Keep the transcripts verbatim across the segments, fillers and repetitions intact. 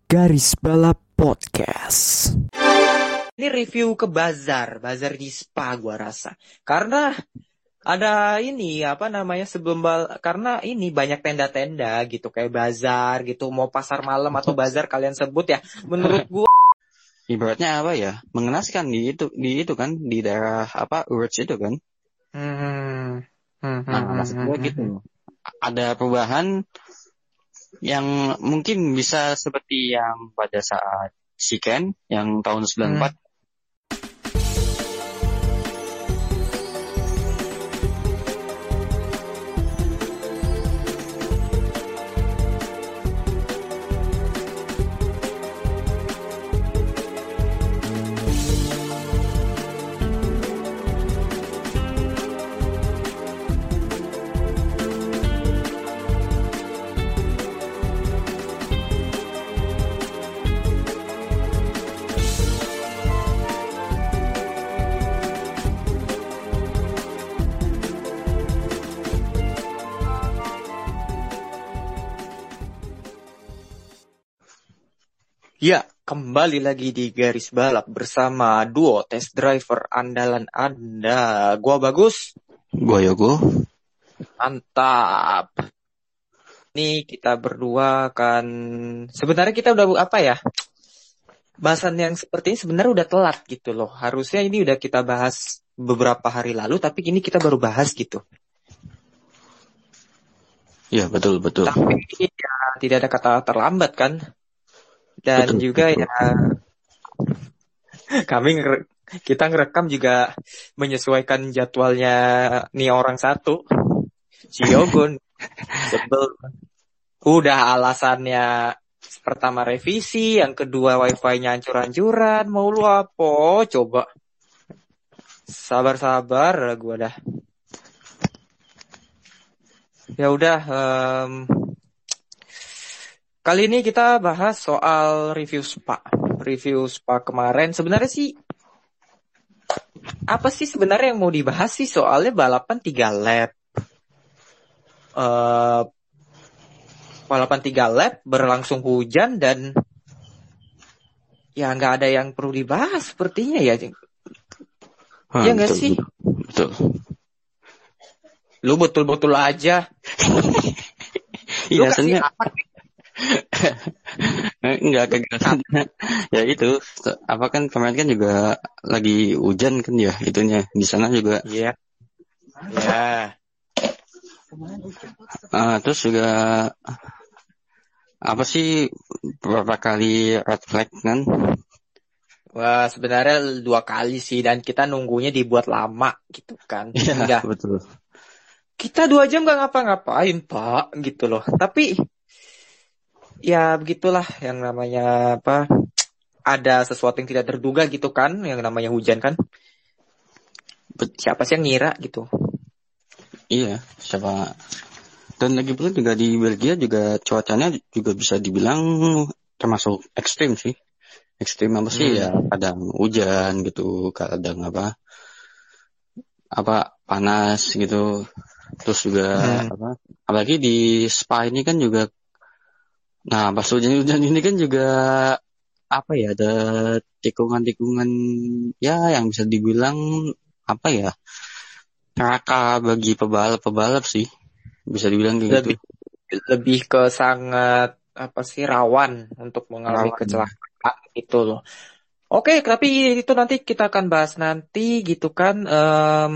Garis Balap Podcast. Ini review ke bazar, bazar di Spa gua rasa. Karena ada ini apa namanya sebelum bal karena ini banyak tenda-tenda gitu kayak bazar gitu, mau pasar malam atau bazar kalian sebut ya. Menurut gua ibaratnya apa ya? Mengenaskan di itu di itu kan di daerah apa Urge itu kan. hmm, hmm, Nah, hmm, maksud hmm, gue hmm, gitu. hmm. Ada perubahan yang mungkin bisa seperti yang pada saat Shiken yang tahun sembilan puluh empat. Hmm. Ya, kembali lagi di Garis Balap bersama duo test driver andalan Anda. Gua Bagus. Gua Yogo. Mantap. Nih kita berdua kan sebenarnya kita udah apa ya? Bahasan yang seperti ini sebenarnya udah telat gitu loh. Harusnya ini udah kita bahas beberapa hari lalu, tapi ini kita baru bahas gitu. Ya, betul betul. Tapi ya, tidak ada kata terlambat kan? Dan betul, juga betul. Ya kami ngere- kita ngerekam juga menyesuaikan jadwalnya nih orang satu, si Yogon. Sebel. Udah alasannya pertama revisi, yang kedua wifi-nya hancur-hancuran, mau lu apa? Coba. Sabar-sabar gua dah. Ya udah, um, kali ini kita bahas soal review Spa. Review Spa kemarin sebenarnya sih apa sih sebenarnya yang mau dibahas sih? Soalnya balapan tiga lap. Uh, balapan tiga lap berlangsung hujan dan ya nggak ada yang perlu dibahas sepertinya ya. Hmm, ya nggak betul, sih? Betul. Lu betul-betul aja. Lu Iya, kasih sebenarnya apa? enggak kegiatan. Ya itu apa kan kemarin kan juga lagi hujan kan ya itunya di sana juga. Iya. Ya. Uh, terus juga apa sih beberapa kali red flag kan? Wah, sebenarnya dua kali sih dan kita nunggunya dibuat lama gitu kan. Iya, Enggak. betul. Kita dua jam gak ngapa-ngapain, Pak, gitu loh. Tapi ya begitulah yang namanya apa? Ada sesuatu yang tidak terduga gitu kan, yang namanya hujan kan. Bet- siapa sih yang ngira gitu? Iya, siapa? Dan lagi pula juga di Belgia juga cuacanya juga bisa dibilang termasuk ekstrim sih. Ekstrim apa sih hmm. ya? Kadang hujan gitu, kadang apa? Apa panas gitu. Terus juga hmm. apa? Apalagi di Spa ini kan juga. Nah, pas hujan-hujan ini kan juga apa ya? Ada tikungan-tikungan ya yang bisa dibilang apa ya? Neraka bagi pebalap-pebalap sih. Bisa dibilang kayak lebih, gitu. Lebih ke sangat apa sih rawan untuk mengalami rawan. Kecelakaan itu loh. Oke, tapi itu nanti kita akan bahas nanti gitu kan. Um,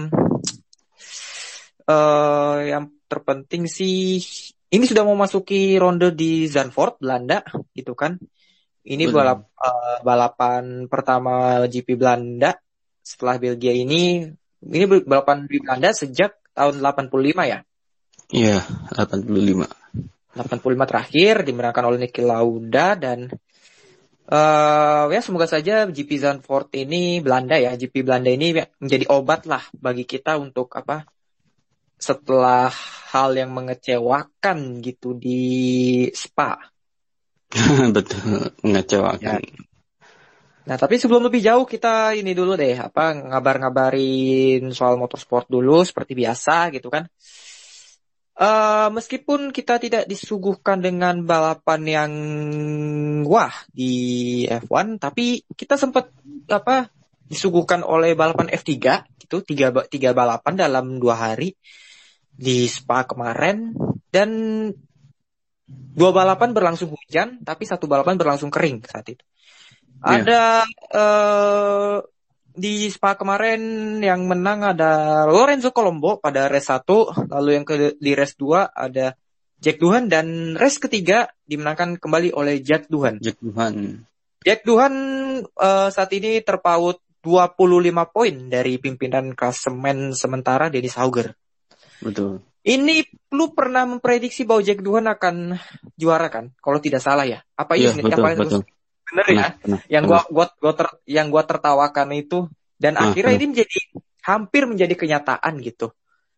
uh, yang terpenting sih ini sudah mau masuki ronde di Zandvoort, Belanda gitu kan. Ini balap, uh, balapan pertama G P Belanda setelah Belgia ini. Ini balapan di Belanda sejak tahun delapan puluh lima ya. Iya, delapan puluh lima. delapan puluh lima terakhir dimenangkan oleh Niki Lauda dan uh, ya semoga saja G P Zandvoort ini Belanda ya, G P Belanda ini menjadi obat lah bagi kita untuk apa? Setelah hal yang mengecewakan gitu di Spa. Betul, mengecewakan. Ya. Nah, tapi sebelum lebih jauh kita ini dulu deh, apa ngabar-ngabarin soal motorsport dulu seperti biasa gitu kan. Uh, meskipun kita tidak disuguhkan dengan balapan yang wah di F satu, tapi kita sempat apa disuguhkan oleh balapan F tiga gitu, tiga tiga balapan dalam dua hari di Spa kemarin, dan dua balapan berlangsung hujan, tapi satu balapan berlangsung kering saat itu. Yeah. Ada uh, di Spa kemarin yang menang ada Lorenzo Colombo pada race satu, lalu yang ke di race dua ada Jack Doohan, dan race ketiga dimenangkan kembali oleh Jack Doohan. Jack Doohan. Jack Doohan uh, saat ini terpaut dua puluh lima poin dari pimpinan klasemen sementara Dennis Hauger. Betul. Ini lu pernah memprediksi bahwa Jack Doohan akan juara kan? Kalau tidak salah ya. Apa iya? Betul, apa betul. Bener ya, nah, nah, yang gua gua gua ter, yang gua tertawakan itu, dan nah, akhirnya nah. ini menjadi hampir menjadi kenyataan gitu.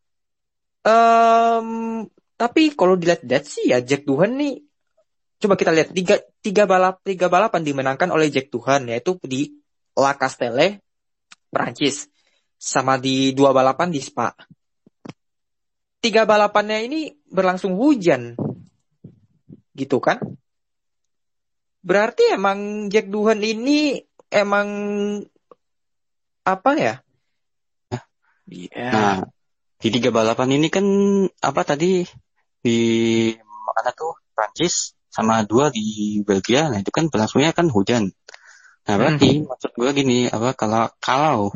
Um, tapi kalau dilihat-lihat sih ya Jack Doohan nih, coba kita lihat tiga tiga balap tiga balapan dimenangkan oleh Jack Doohan, yaitu di La Castelle, Prancis, sama di dua balapan di Spa. Tiga balapannya ini berlangsung hujan, gitu kan? Berarti emang Jack Doohan ini emang apa ya? Yeah. Nah, di tiga balapan ini kan apa tadi di mana tuh Prancis sama dua di Belgia, nah itu kan berlangsungnya kan hujan. Nah berarti hmm. maksud gue gini, apa kalau kalau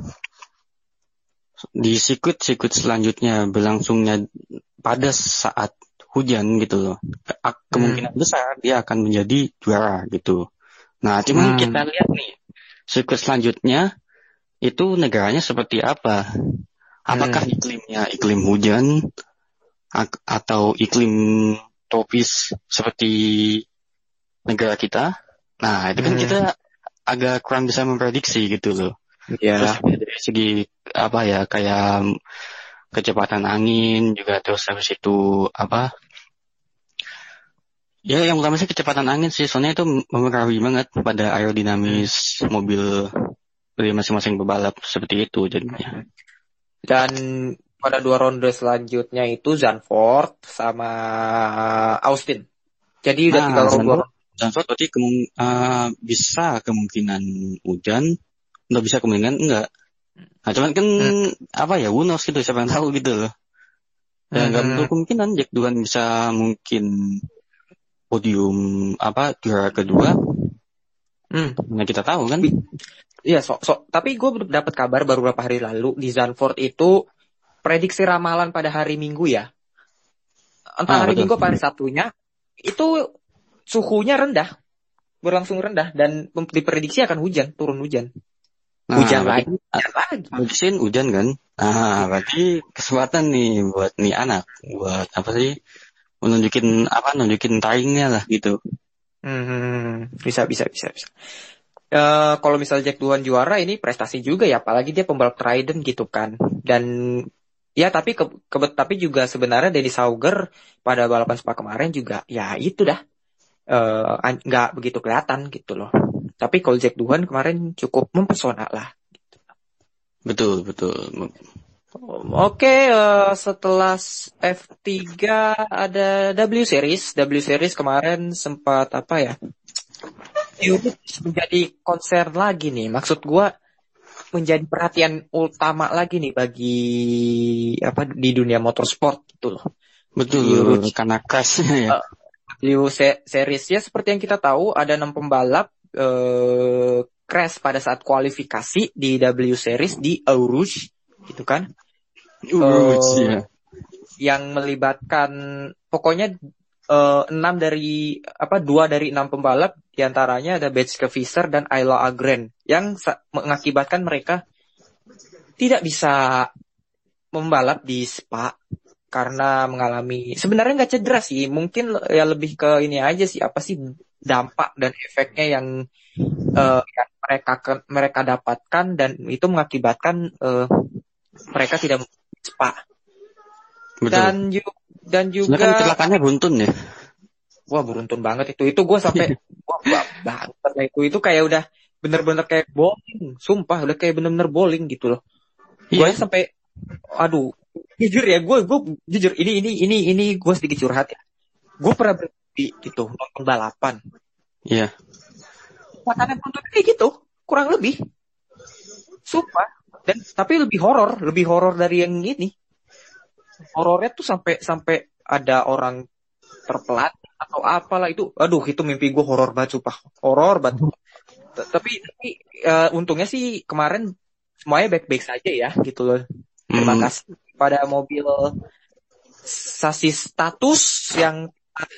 di sirkuit-sirkuit selanjutnya berlangsungnya pada saat hujan gitu loh, kemungkinan hmm. besar dia akan menjadi juara gitu. Nah, cuman hmm. kita lihat nih sirkuit selanjutnya itu negaranya seperti apa? Apakah hmm. iklimnya iklim hujan a- atau iklim tropis seperti negara kita? Nah, itu kan hmm. kita agak kurang bisa memprediksi gitu loh. Ya. Terus dari segi apa ya, kayak kecepatan angin juga, terus habis itu apa? Ya yang utama sih kecepatan angin sih, soalnya itu mempengaruhi banget pada aerodinamis mobil dari masing-masing pebalap seperti itu jadinya. Dan pada dua ronde selanjutnya itu Zandvoort sama Austin. Jadi udah nah, tiga ronde. Zandvoort berarti kemung- uh, bisa kemungkinan hujan, nggak bisa kemungkinan enggak. Nah cuman kan hmm. apa ya, who knows gitu, siapa yang tahu gitu loh. Ya nggak hmm. menutup kemungkinan Jack Doohan bisa mungkin podium apa juara kedua. Hmm. Nah kita tahu kan. Iya, so, so, tapi gue dapat kabar baru beberapa hari lalu di Zandvoort itu prediksi ramalan pada hari Minggu ya. Entah ah, hari betul. Minggu apa hari Sabtunya itu suhunya rendah, berlangsung rendah, dan diprediksi akan hujan, turun hujan. Nah, hujan lagi. Hujan lagi. Hujan hujan kan. Nah, berarti kesempatan nih buat nih anak, buat apa sih? Menunjukin apa? Nunjukin taringnya lah gitu. Hmm, bisa bisa bisa bisa. Uh, kalau misalnya Jack Doohan juara, ini prestasi juga ya, apalagi dia pembalap Trident gitu kan. Dan ya tapi ke, ke tapi juga sebenarnya Dennis Hauger pada balapan Spa kemarin juga ya itu dah nggak uh, begitu kelihatan gitu loh. Tapi kalau Jack Doohan kemarin cukup mempesona lah. Gitu. Betul betul. Oke, uh, setelah F tiga ada W Series. W Series kemarin sempat apa ya? Itu menjadi konser lagi nih. Maksud gue menjadi perhatian utama lagi nih bagi apa di dunia motorsport gitu loh. Betul, Euro, karena crashnya ya. Uh, W Series ya seperti yang kita tahu ada enam pembalap uh, crash pada saat kualifikasi di W Series di Eau Rouge gitu kan. Eau Rouge uh, ya. Yang melibatkan pokoknya uh, enam dari apa dua dari enam pembalap, diantaranya ada Betske Visser dan Ayla Agren yang sa- mengakibatkan mereka tidak bisa membalap di Spa karena mengalami, sebenarnya nggak cedera sih, mungkin ya lebih ke ini aja sih, apa sih dampak dan efeknya yang, uh, yang mereka mereka dapatkan, dan itu mengakibatkan uh, mereka tidak Spa. Betul. Dan juga dan juga kan kecelakaannya beruntun ya. Wah beruntun banget itu. Itu gue sampai wah banget lah itu. Itu kayak udah bener-bener kayak bowling. Sumpah udah kayak bener-bener bowling gitu loh. Iya. Gue sampai aduh jujur ya, gue gue jujur ini ini ini ini gue sedikit curhat ya. Gue pernah berhenti gitu nonton balapan. Iya. Makanan untuk kayak gitu, kurang lebih. Sumpah. Dan tapi lebih horor, lebih horor dari yang ini. Horornya tuh sampai sampai ada orang terpelat atau apalah itu. Aduh, itu mimpi gue horor banget, sumpah. Horor banget. T- Tapi, tapi uh, untungnya sih kemarin semuanya baik-baik saja ya, gitu loh. Terima Hmm. kasih pada mobil sasis status yang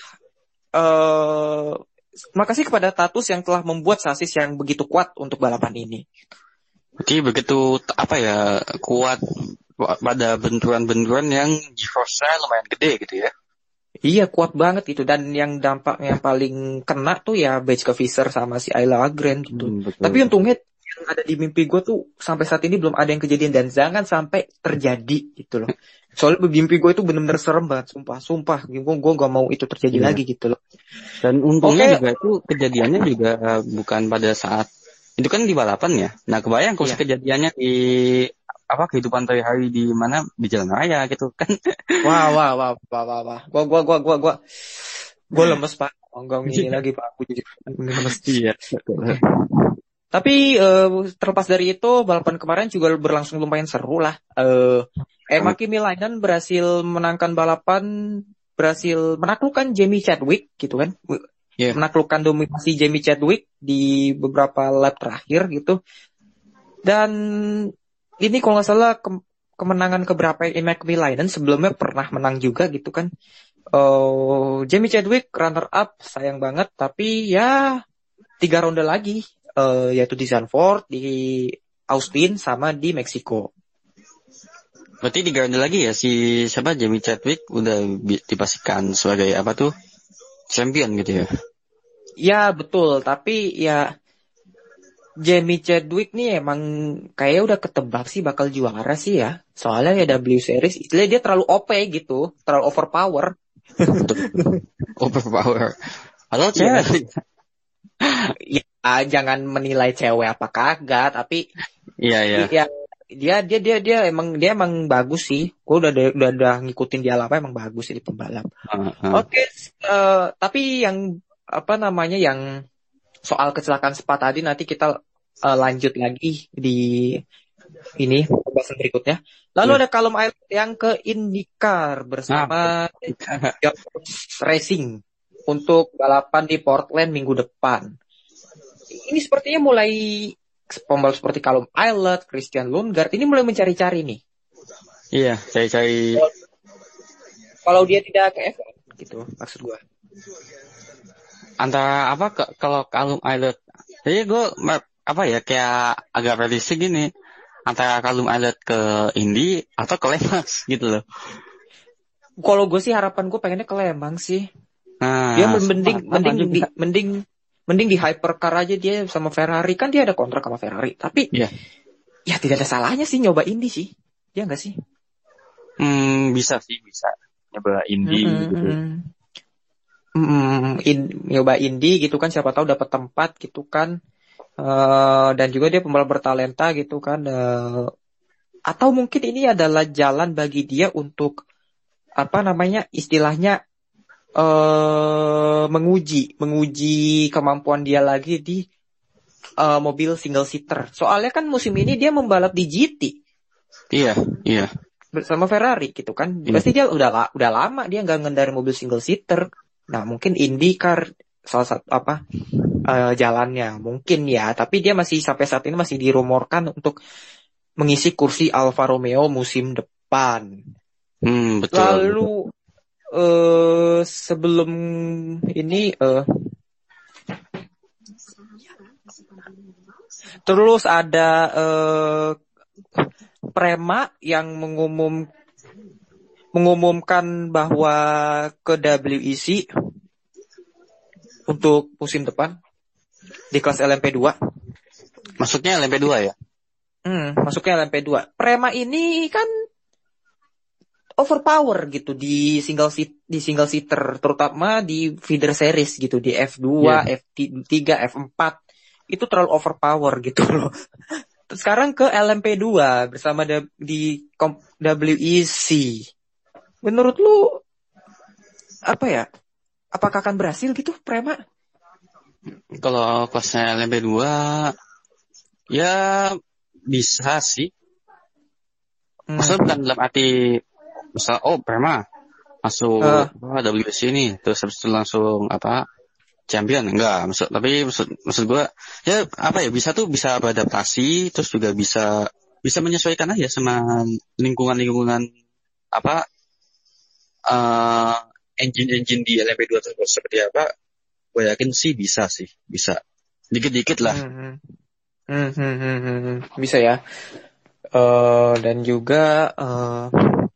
uh, makasih kepada Tatus yang telah membuat sasis yang begitu kuat untuk balapan ini. Berarti begitu apa ya kuat pada benturan-benturan yang G-force-nya lumayan gede gitu ya. Iya, kuat banget itu. Dan yang dampak yang paling kena tuh ya Bajka Visser sama si Ayla Agren gitu. Hmm, betul. Tapi untungnya yang ada di mimpi gue tuh sampai saat ini belum ada yang kejadian dan jangan sampai terjadi gitu loh. Soalnya mimpi gue itu benar-benar serem banget, sumpah, sumpah. Gue gue gak mau itu terjadi Iya. lagi gitu loh. Dan untungnya Oke. juga itu kejadiannya juga uh, bukan pada saat itu kan di balapan ya. Nah kebayang kalau Iya. kejadiannya di apa kehidupan sehari-hari di mana di jalan raya gitu kan. Wah, wah, wah, wah, wah, wah. Gua, gua, gua, gua, gua, gua lemes pak. Enggak ini lagi pak. Aku jujur lemes. Iya. Tapi eh, terlepas dari itu, balapan kemarin juga berlangsung lumayan seru lah. Eh, Emma Kimi-Raikkonen berhasil menangkan balapan, berhasil menaklukkan Jamie Chadwick, gitu kan? Iya. Menaklukkan dominasi Jamie Chadwick di beberapa lap terakhir gitu. Dan ini kalau nggak salah ke- kemenangan keberapa Emma Kimi-Raikkonen sebelumnya pernah menang juga gitu kan? Oh, Jamie Chadwick runner up, sayang banget. Tapi ya tiga ronde lagi. Uh, yaitu di Zandvoort, di Austin, sama di Meksiko. Berarti tiga ronde lagi ya si siapa Jamie Chadwick udah bi- dipastikan sebagai apa tuh champion gitu ya. Ya betul, tapi ya Jamie Chadwick nih emang kayak udah ketebak sih bakal juara sih ya. Soalnya ya W Series, istilahnya dia terlalu O P gitu, terlalu overpower. Overpower. Atau Iya. cewek. Ya jangan menilai cewek apa kagak, tapi Iya iya. ya dia dia dia dia emang dia emang bagus sih. Gue udah udah udah ngikutin dia apa emang bagus sih di pembalap. Uh, uh. Oke, eh, tapi yang apa namanya yang soal kecelakaan Spa tadi nanti kita eh, lanjut lagi di ini pembahasan berikutnya. Lalu Ya. ada Callum Ailot yang ke IndyCar bersama Jones Racing untuk balapan di Portland minggu depan. Ini sepertinya mulai pembalap seperti Callum Ailot, Christian Lundgaard ini mulai mencari-cari nih. Iya, cari-cari. Kalau dia tidak ke F satu gitu maksud gue. Antara apa ke, kalau Callum Ailot. Jadi gue apa ya kayak agak prediksi gini. Antara Callum Ailot ke Indy atau ke Lemax gitu loh. Kalau gue sih harapan gue pengennya ke Lemang sih. Nah, Dia mending sama, mending sama di, juga. mending mending di hypercar aja dia sama Ferrari, kan dia ada kontrak sama Ferrari. Tapi Iya. ya tidak ada salahnya sih nyoba Indy sih. Ya enggak sih? Hmm, bisa sih, bisa. Nyoba Indy Mm-mm, gitu. mm-mm. Mm, in- nyoba Indy gitu kan, siapa tahu dapat tempat gitu kan. Eh, dan juga dia pembalap bertalenta gitu kan. Eh, atau mungkin ini adalah jalan bagi dia untuk apa namanya istilahnya eh menguji menguji kemampuan dia lagi di eh, mobil single seater. Soalnya kan musim ini dia membalap di G T Iya, iya. bersama Ferrari gitu kan. Iya. Pasti dia udah la- udah lama dia nggak ngendarin mobil single seater. Nah mungkin IndyCar salah satu apa eh, jalannya mungkin ya. Tapi dia masih sampai saat ini masih dirumorkan untuk mengisi kursi Alfa Romeo musim depan. Hmm, betul. Lalu eh sebelum ini eh terus ada eh Prema yang mengumum mengumumkan bahwa ke W E C untuk musim depan di kelas L M P dua. Masuknya L M P dua ya? Hmm, masuknya L M P dua. Prema ini kan overpower gitu di single seat di single seater, terutama di feeder series gitu, di F dua, Yeah. F tiga, F empat itu terlalu overpower gitu loh. sekarang ke L M P dua bersama da- di kom- W E C. Menurut lu apa ya? Apakah akan berhasil gitu Prema? Kalau kelasnya L M P dua ya bisa sih. Hmm. Maksudnya bukan dalam arti misal oh Prema masuk Uh. W E C ini terus habis itu langsung apa champion enggak maksud tapi maksud maksud gue ya apa ya bisa tuh bisa beradaptasi terus juga bisa bisa menyesuaikan aja sama lingkungan-lingkungan apa uh, engine-engine di L M P dua tersebut seperti apa. Gue yakin sih bisa sih bisa dikit-dikit lah. Hmm, hmm, hmm, hmm, hmm, hmm. Bisa ya. Uh, dan juga uh,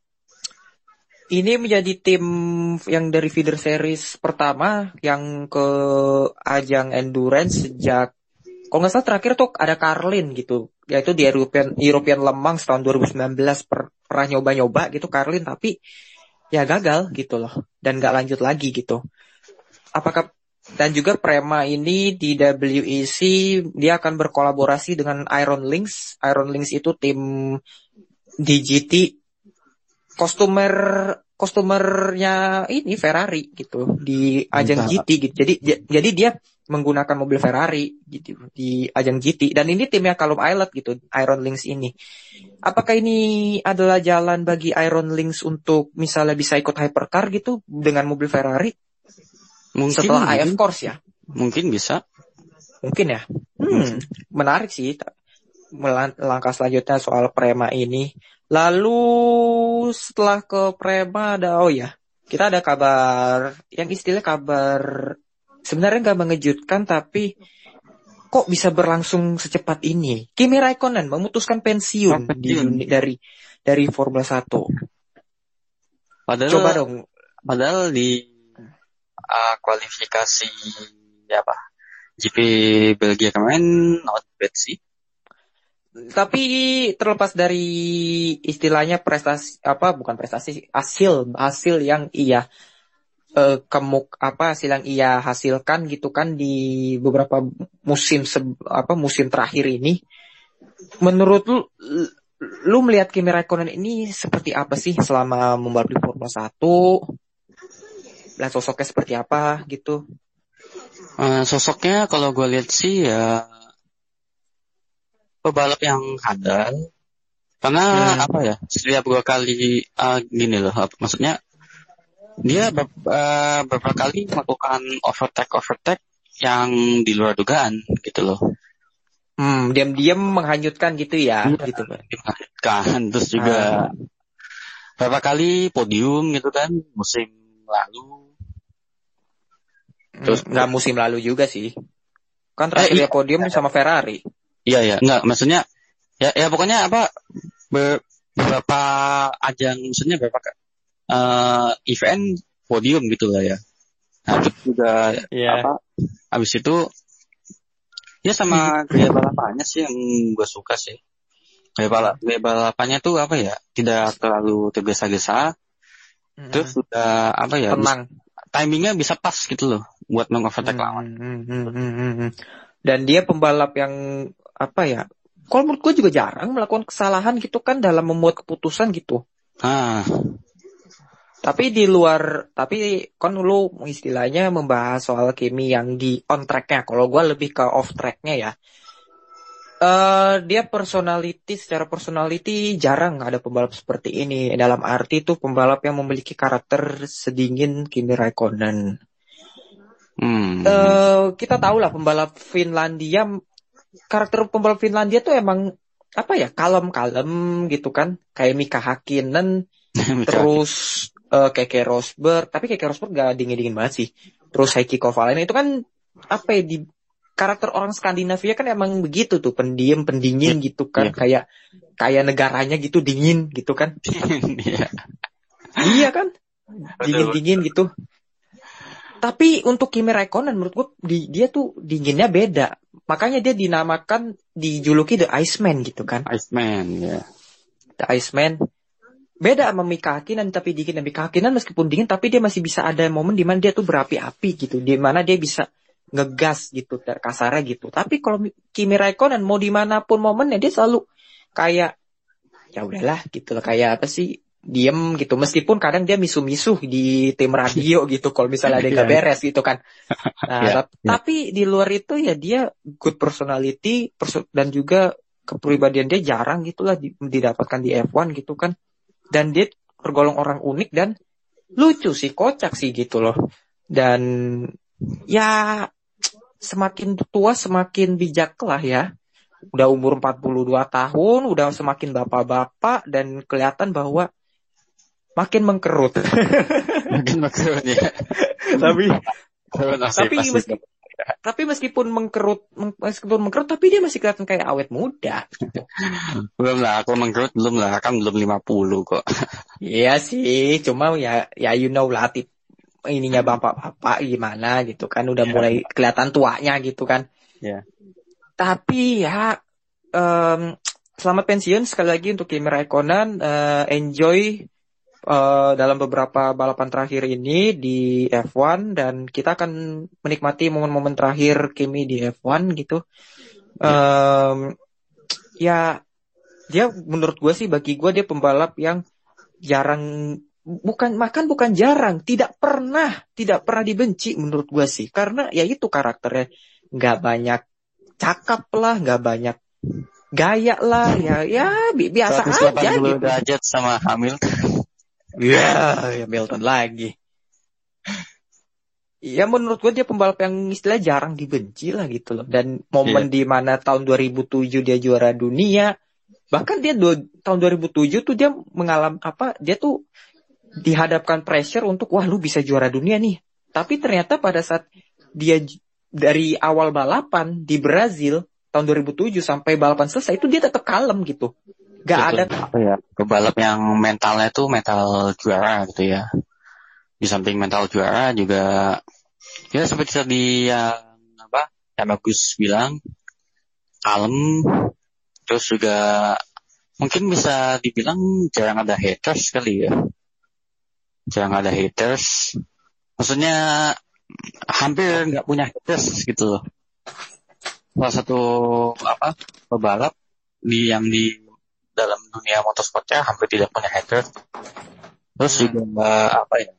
ini menjadi tim yang dari feeder series pertama yang ke ajang endurance sejak kalau nggak salah terakhir tuh ada Carlin gitu, yaitu di European European Le Mans tahun dua ribu sembilan belas per, pernah nyoba-nyoba gitu Carlin tapi ya gagal gitu loh dan nggak lanjut lagi gitu. Apakah dan juga Prema ini di W E C dia akan berkolaborasi dengan Iron Lynx. Iron Lynx itu tim D G T kostumer kostumernya ini Ferrari gitu di ajang G T gitu. Jadi j- jadi dia menggunakan mobil Ferrari gitu di ajang G T dan ini timnya Callum Ilott gitu Iron Lynx ini. Apakah ini adalah jalan bagi Iron Lynx untuk misalnya bisa ikut hypercar gitu dengan mobil Ferrari? Mungkin Setelah mungkin, I F Course ya? Mungkin bisa. Mungkin ya. Hmm, menarik sih. Melan- langkah selanjutnya soal Prema ini. Lalu setelah ke Prema ada oh ya kita ada kabar yang istilahnya kabar sebenarnya nggak mengejutkan tapi kok bisa berlangsung secepat ini. Kimi Raikkonen memutuskan pensiun Oh, di dunia, dari dari Formula satu. Padahal Coba dong. Padahal di uh, kualifikasi apa G P Belgia kemarin not bad sih. Tapi terlepas dari istilahnya prestasi apa bukan prestasi hasil hasil yang ia eh, kemuk apa hasil yang ia hasilkan gitu kan di beberapa musim se, apa musim terakhir ini menurut lu lu melihat Kimi Raikkonen ini seperti apa sih selama membalap di Formula satu dan sosoknya seperti apa gitu? Uh, sosoknya kalau gue lihat sih ya pebalap yang handal karena hmm. apa ya setiap dua kali uh, gini loh maksudnya dia ber, uh, beberapa kali melakukan overtake overtake yang di luar dugaan gitu loh. Hmm, diam-diam menghanyutkan gitu ya, iya, gitu kan. Menghanyutkan terus juga ah. beberapa kali podium gitu kan musim lalu. Terus nggak hmm, musim lalu juga sih. Kan terakhir eh, iya, podium iya. sama Ferrari. Iya ya, enggak maksudnya ya ya pokoknya apa beberapa ajang maksudnya beberapa uh, event podium gitu lah ya. Nah, terus juga yeah. apa habis itu ya sama gaya balapannya sih yang gue suka sih. Gaya balap gaya balapannya tuh apa ya? Tidak terlalu tergesa-gesa. Mm-hmm. Terus sudah apa ya? Tenang. Bisa, timingnya bisa pas gitu loh buat mengovertake lawan. Mm-hmm. Dan dia pembalap yang apa ya? Kalau menurut gue juga jarang melakukan kesalahan gitu kan dalam membuat keputusan gitu. Ah. Tapi di luar, tapi kan lu istilahnya membahas soal Kimi yang di on track-nya. Kalau gue lebih ke off track-nya ya. Uh, dia personality, secara personality jarang ada pembalap seperti ini. Dalam arti itu pembalap yang memiliki karakter sedingin Kimi Raikkonen. Hmm. Uh, kita tahu lah pembalap Finlandia, karakter pembalap Finlandia tuh emang apa ya kalem-kalem gitu kan, kayak Mika Hakkinen, terus uh, Keke Rosberg, tapi Keke Rosberg gak dingin-dingin banget sih. Terus Heikki Kovalainen itu kan apa ya di karakter orang Skandinavia kan emang begitu tuh, pendiam, pendingin yeah. gitu kan, yeah. kayak kayak negaranya gitu dingin gitu kan. yeah. Iya kan, dingin-dingin gitu. Tapi untuk Kimi Raikkonen menurut gue di, dia tuh dinginnya beda. Makanya dia dinamakan dijuluki The Iceman gitu kan. Iceman ya. Yeah. The Iceman. Beda sama Mika Hakkinen tapi dingin. Mika Hakkinen meskipun dingin tapi dia masih bisa ada momen di mana dia tuh berapi-api gitu. Di mana dia bisa ngegas gitu, kasarnya gitu. Tapi kalau Kimi Raikkonen mau dimanapun momennya dia selalu kayak ya udahlah gitu loh, kayak apa sih, diem gitu. Meskipun kadang dia misuh-misuh di tim radio gitu kalau misalnya ada yang gak beres gitu kan. Nah, Ya, tap- ya. tapi di luar itu ya dia good personality perso- dan juga kepribadian dia jarang gitulah di- didapatkan di F satu gitu kan. Dan dia tergolong orang unik dan lucu sih, kocak sih gitu loh. Dan ya semakin tua semakin bijak lah ya. Udah umur empat puluh dua tahun, udah semakin bapak-bapak dan kelihatan bahwa makin mengkerut. Mungkin maksudnya. tapi Masih, tapi masih. meski, tapi meskipun mengkerut meng- meskipun mengkerut tapi dia masih kelihatan kayak awet muda. Belum lah, aku menggerut belum lah, kan belum lima puluh kok. Iya sih, cuma ya ya you know lah tip ininya bapak-bapak gimana gitu kan, udah Ya. mulai kelihatan tuanya gitu kan. Ya. Tapi ya em, selamat pensiun sekali lagi untuk Kimi Raikkonen. Eh, enjoy eh, dalam beberapa balapan terakhir ini di F satu dan kita akan menikmati momen-momen terakhir Kimi di F satu gitu. Em, ya dia menurut gue sih, bagi gue dia pembalap yang jarang, bukan makan bukan jarang, tidak pernah tidak pernah dibenci menurut gue sih, karena ya itu karakternya, nggak banyak cakap lah, nggak banyak gaya lah, ya ya bi- biasa seratus aja delapan puluh gitu. derajat sama Hamilton. Ya, ya Milton lagi. Ya menurut gue dia pembalap yang istilah jarang dibenci lah gitu loh. Dan momen di mana tahun dua ribu tujuh dia juara dunia, bahkan dia du- tahun dua ribu tujuh tuh dia mengalami apa? Dia tuh dihadapkan pressure untuk wah lu bisa juara dunia nih. Tapi ternyata pada saat dia j- dari awal balapan di Brazil tahun dua ribu tujuh sampai balapan selesai itu dia tetap kalem gitu. Gak ada apa ya, pebalap yang mentalnya tuh mental juara gitu ya. Di samping mental juara juga ya seperti tadi yang apa yang bagus bilang, kalem, terus juga mungkin bisa dibilang jarang ada haters kali ya, jarang ada haters, maksudnya hampir nggak punya haters gitu loh. Salah satu apa pebalap di yang di dalam dunia motorsportnya hampir tidak punya haters. Terus juga uh, apa ya,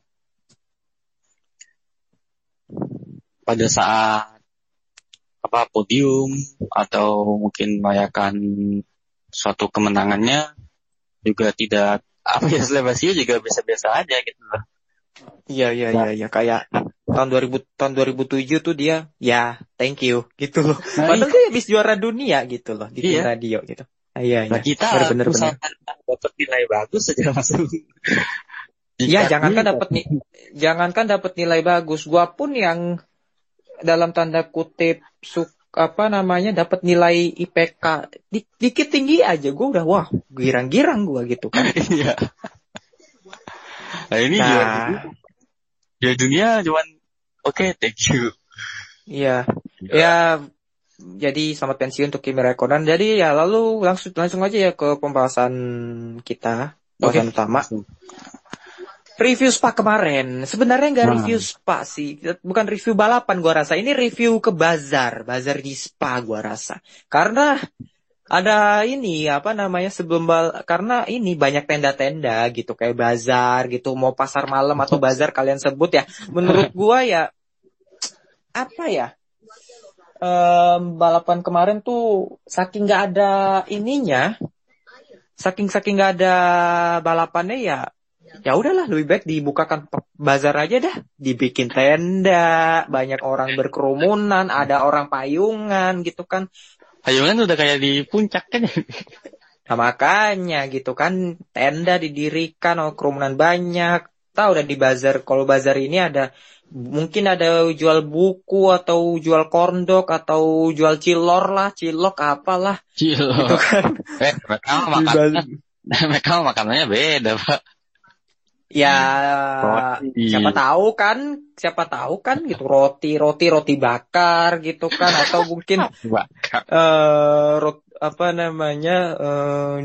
pada saat apa podium atau mungkin merayakan suatu kemenangannya juga tidak apa ya, selebrasinya juga biasa-biasa aja gitu loh. Iya iya iya iya kayak tahun dua ribu tahun dua ribu tujuh tuh dia ya thank you gitu loh. Nah, Padahal dia habis juara dunia gitu loh di tim Iya. radio gitu. Ah, iya Nah iya. kita Bener bener bener. misalkan dapat nilai bagus saja langsung. Iya jangankan dapat nih jangankan dapat nilai bagus, gua pun yang dalam tanda kutip suk apa namanya dapat nilai I P K di- dikit tinggi aja gua udah wah girang-girang gua gitu kan. Iya. Nah ini Nah. juara dunia. Juara dunia cuman oke okay, thank you. Iya. Ya jadi selamat pensiun untuk Kimi Raikkonen. Jadi ya lalu langsung langsung aja ya ke pembahasan kita, pembahasan Oke. utama. Review Spa kemarin. Sebenarnya nggak Nah. review Spa sih, bukan review balapan gua rasa. Ini review ke bazar, bazar di Spa gua rasa. Karena ada ini apa namanya sebelum bal karena ini banyak tenda-tenda gitu kayak bazar gitu, mau pasar malam atau bazar kalian sebut ya. Menurut gua ya apa ya? Em, balapan kemarin tuh saking nggak ada ininya, saking saking nggak ada balapannya ya, ya udahlah lebih baik dibukakan pe- bazar aja dah, dibikin tenda, banyak orang berkerumunan, ada orang payungan gitu kan. Hayungan udah kayak di puncak kan. Nah, makanya gitu kan tenda didirikan, oh, kerumunan banyak. Tahu udah di bazar, kalau bazar ini ada mungkin ada jual buku atau jual kondok atau jual cilor lah, cilok apalah Cilo. gitu kan. Eh, mereka Di makan, bazar. mereka makanannya beda pak. Ya Roti. siapa tahu kan, siapa tahu kan gitu roti roti roti bakar gitu kan atau mungkin Bakar. eh rot, apa namanya eh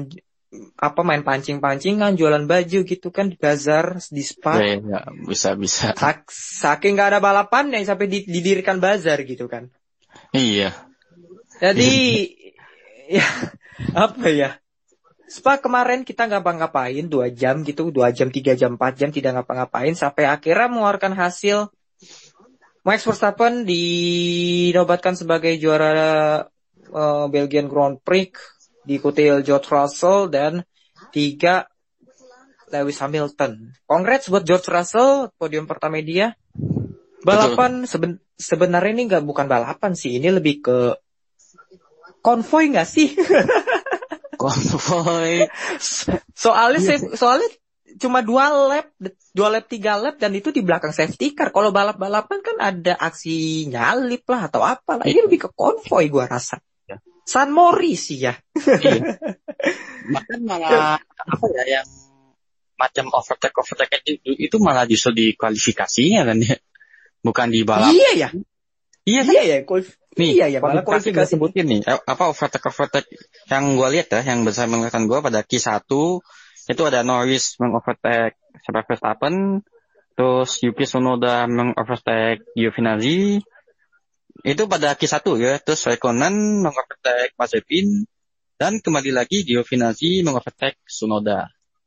apa main pancing-pancingan, jualan baju gitu kan di bazar, di spa. Ya, ya, bisa bisa. Sak- saking nggak ada balapan yang sampai di- didirikan bazar gitu kan. Iya. Jadi ya apa ya? Spa kemarin kita nggak ngapa-ngapain dua jam gitu, dua jam, tiga jam, empat jam tidak ngapa-ngapain sampai akhirnya mengeluarkan hasil Max Verstappen dinobatkan sebagai juara uh, Belgian Grand Prix, diikuti George Russell dan tiga Lewis Hamilton. Congrats buat George Russell, podium pertama dia. Balapan seben, sebenarnya ini nggak bukan balapan sih, ini lebih ke konvoy nggak sih? Konvoy. Soalnya saya, soalnya cuma dua lap, dua lap tiga lap dan itu di belakang safety car. Kalau balap-balapan kan ada aksi nyalip lah atau apa lah. Ini lebih ke konvoy gua rasa. San Mori sih ya. Iya. Bahkan malah apa ya yang macam overtake overtake itu, itu malah justru di kualifikasinya kan ya, bukan di balap. Iya ya. Iya kan? Iya ya. Kualif- Nih, iya ya. Malah kualifikasi gue kualifikasi. sebutin nih, eh, apa overtake overtake yang gue lihat ya, yang besar mengatakan gue pada Q satu itu ada Norris mengovertake Verstappen, terus Yuki Tsunoda mengovertake Giovinazzi, itu pada Q satu ya, terus Raikkonen mengovertake Mazepin, dan kembali lagi Giovinazzi mengovertake Tsunoda.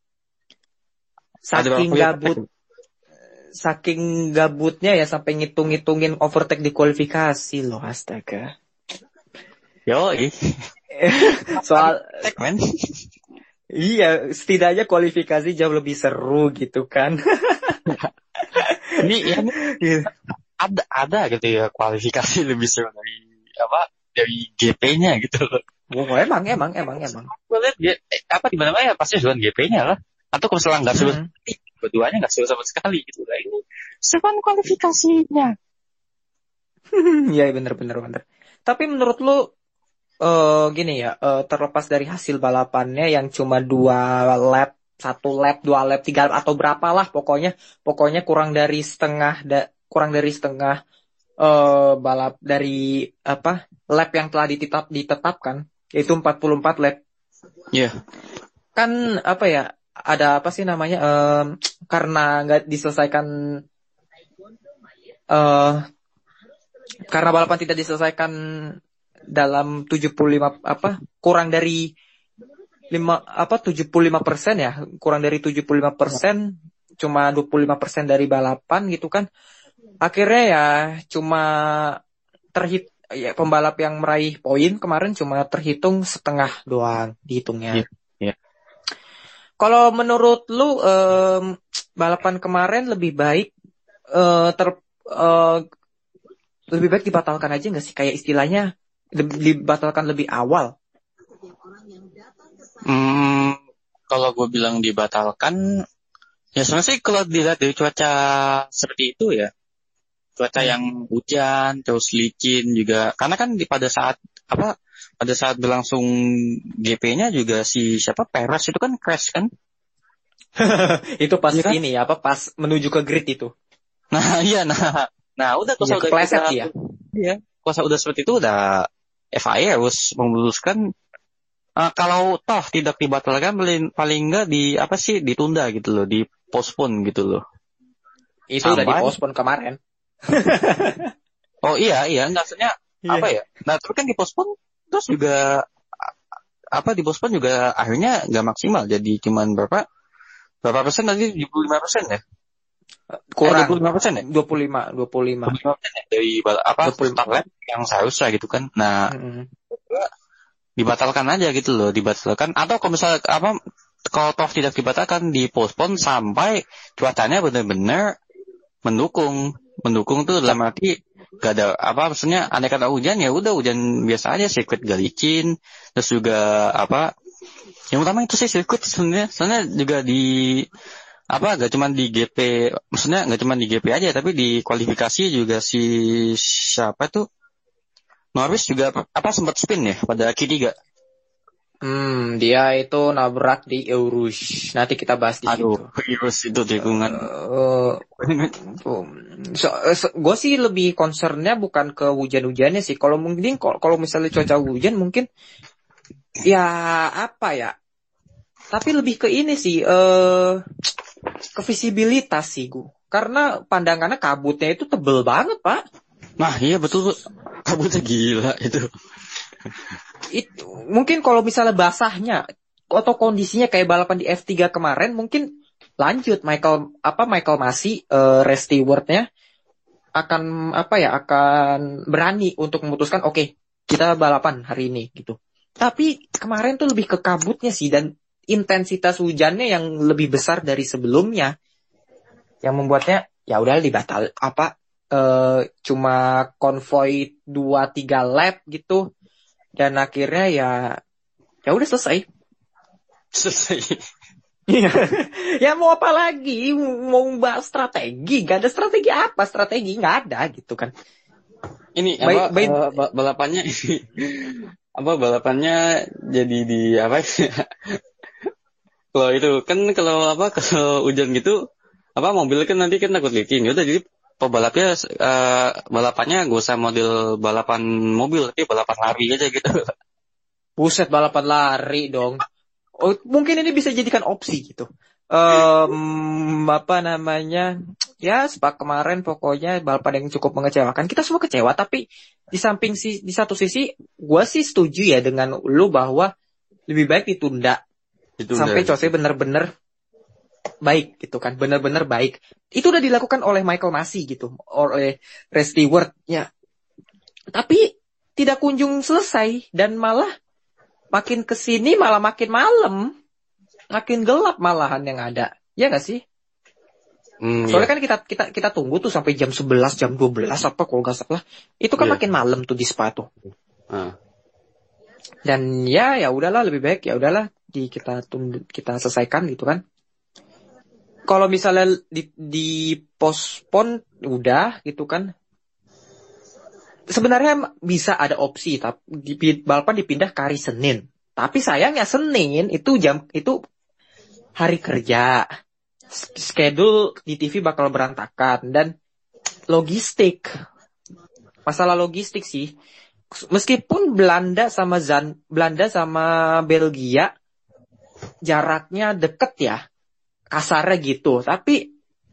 Saking gabut, saking gabutnya ya sampai ngitung-ngitungin overtake di kualifikasi loh, astaga. Yo, Soal tek men. iya, setidaknya kualifikasi jauh lebih seru gitu kan. Ini ya ada ada gitu ya kualifikasi lebih seru dari apa dari G P-nya gitu loh. Oh, emang emang emang emang. Gue lihat eh, apa di mana-mana ya pasti duluan G P-nya lah. Atau kalau misalnya nggak seru, Hmm. keduanya nggak seru sama sekali gitu lah. Ini seruan kualifikasinya. Iya bener-bener bener. Tapi menurut lu eh gini ya, eh, terlepas dari hasil balapannya yang cuma dua lap, satu lap, dua lap, tiga lap atau berapalah pokoknya, pokoknya kurang dari setengah, da, kurang dari setengah eh balap dari apa lap yang telah ditetap, ditetapkan, yaitu empat puluh empat lap. Iya. Kan apa ya? Ada apa sih namanya? em, karena nggak diselesaikan, eh karena balapan tidak diselesaikan dalam tujuh puluh lima apa kurang dari lima apa tujuh puluh lima persen ya, kurang dari tujuh puluh lima persen, cuma dua puluh lima persen dari balapan gitu kan. Akhirnya ya cuma terhit ya, pembalap yang meraih poin kemarin cuma terhitung setengah doang dihitungnya. Iya, iya. Kalau menurut lu em, balapan kemarin lebih baik eh, ter eh, lebih baik dibatalkan aja nggak sih, kayak istilahnya dibatalkan lebih awal? Hmm, kalau gue bilang dibatalkan, ya sebenarnya sih kalau dilihat dari cuaca seperti itu ya, cuaca Hmm. yang hujan terus licin juga, karena kan di pada saat apa pada saat berlangsung G P-nya juga si siapa Perez itu kan crash kan. Itu pas Iya kan? ini ya, apa pas menuju ke grid itu. Nah iya nah nah udah Iya, kalau udah kepleset kita- dia. Iya, kuasa udah seperti itu udah F I A harus memutuskan eh, kalau toh tidak dibatalkan paling paling enggak di apa sih ditunda gitu loh, di postpone gitu loh. Itu udah Sampai- dipospon kemarin. Oh iya iya enggak maksudnya Iya. apa ya? Nah, tapi kan di postpone terus juga a- apa di postpone juga akhirnya nggak maksimal, jadi cuman berapa berapa persen tadi, tujuh puluh lima persen ya? Kurang. Eh, dua puluh lima persen ya? dua puluh lima, dua puluh lima. dua puluh lima persen ya dari bal- apa dua puluh lima. start lap yang seharusnya gitu kan. Nah, Mm-mm. dibatalkan aja gitu loh, dibatalkan atau kalau misalnya apa kalau toh tidak dibatalkan dipospon sampai cuacanya benar-benar mendukung. Mendukung tuh dalam arti gak ada apa maksudnya andai kata hujan ya udah hujan biasa aja, sirkuit gak licin, terus juga apa yang utama itu sih sirkuit sebenarnya, soalnya juga di apa gak cuma di G P, maksudnya gak cuma di G P aja tapi di kualifikasi juga si siapa tuh Norris juga apa, apa sempat spin ya pada Q tiga. Hmm, dia itu nabrak di Eurush. Nanti kita bahas di situ. Aduh, virus itu tikungan. Uh, so, so, gue sih lebih concernnya bukan ke hujan-hujannya sih. Kalau mungkin kalau kalau misalnya cuaca hujan mungkin ya apa ya? Tapi lebih ke ini sih, eh ke visibilitas sih gue. Karena pandangannya kabutnya itu tebel banget, Pak. Nah, iya betul. Kabutnya gila itu. Itu mungkin kalau misalnya basahnya atau kondisinya kayak balapan di F tiga kemarin, mungkin lanjut Michael apa Michael Masi, uh, race stewardnya akan apa ya akan berani untuk memutuskan oke okay, kita balapan hari ini gitu. Tapi kemarin tuh lebih ke kabutnya sih dan intensitas hujannya yang lebih besar dari sebelumnya yang membuatnya ya udah dibatal apa uh, cuma konvoy dua tiga lap gitu dan akhirnya ya ya udah selesai. Selesai. Iya. Ya mau apa lagi? Mau bahas strategi? Gak ada strategi apa? Strategi nggak ada gitu kan. Ini apa by, by, uh, balapannya ini apa balapannya jadi di apa? Kalau itu kan kalau apa kalau hujan gitu apa mobil kan nanti kan takut leaking. Udah jadi pebalapnya uh, balapannya gak usah model balapan mobil tapi balapan lari aja gitu. Buset balapan lari dong. Oh, mungkin ini bisa jadikan opsi gitu. Um, apa namanya? Ya, sepak kemarin pokoknya balapan yang cukup mengecewakan. Kita semua kecewa, tapi di samping si di satu sisi, gue sih setuju ya dengan lu bahwa lebih baik ditunda, ditunda. Sampai Chose benar-benar baik gitu kan, benar-benar baik. Itu udah dilakukan oleh Michael Masi gitu, oleh race steward ya. Tapi tidak kunjung selesai dan malah makin kesini malah makin malam, makin gelap malahan yang ada, ya nggak sih? Hmm, Soalnya iya. kan kita kita kita tunggu tuh sampai jam sebelas, jam dua belas apa kalau nggak salah. Itu kan yeah. makin malam tuh di Spa tuh. Uh. Dan ya ya udahlah lebih baik ya udahlah di kita tunggu kita selesaikan gitu kan. Kalau misalnya di di postpone udah gitu kan. Sebenarnya bisa ada opsi tapi di balapan dipindah ke hari Senin. Tapi sayangnya Senin itu jam itu hari kerja. Schedule di T V bakal berantakan dan logistik. Masalah logistik sih. Meskipun Belanda sama Zan Belanda sama Belgia jaraknya deket ya. Kasarnya gitu, tapi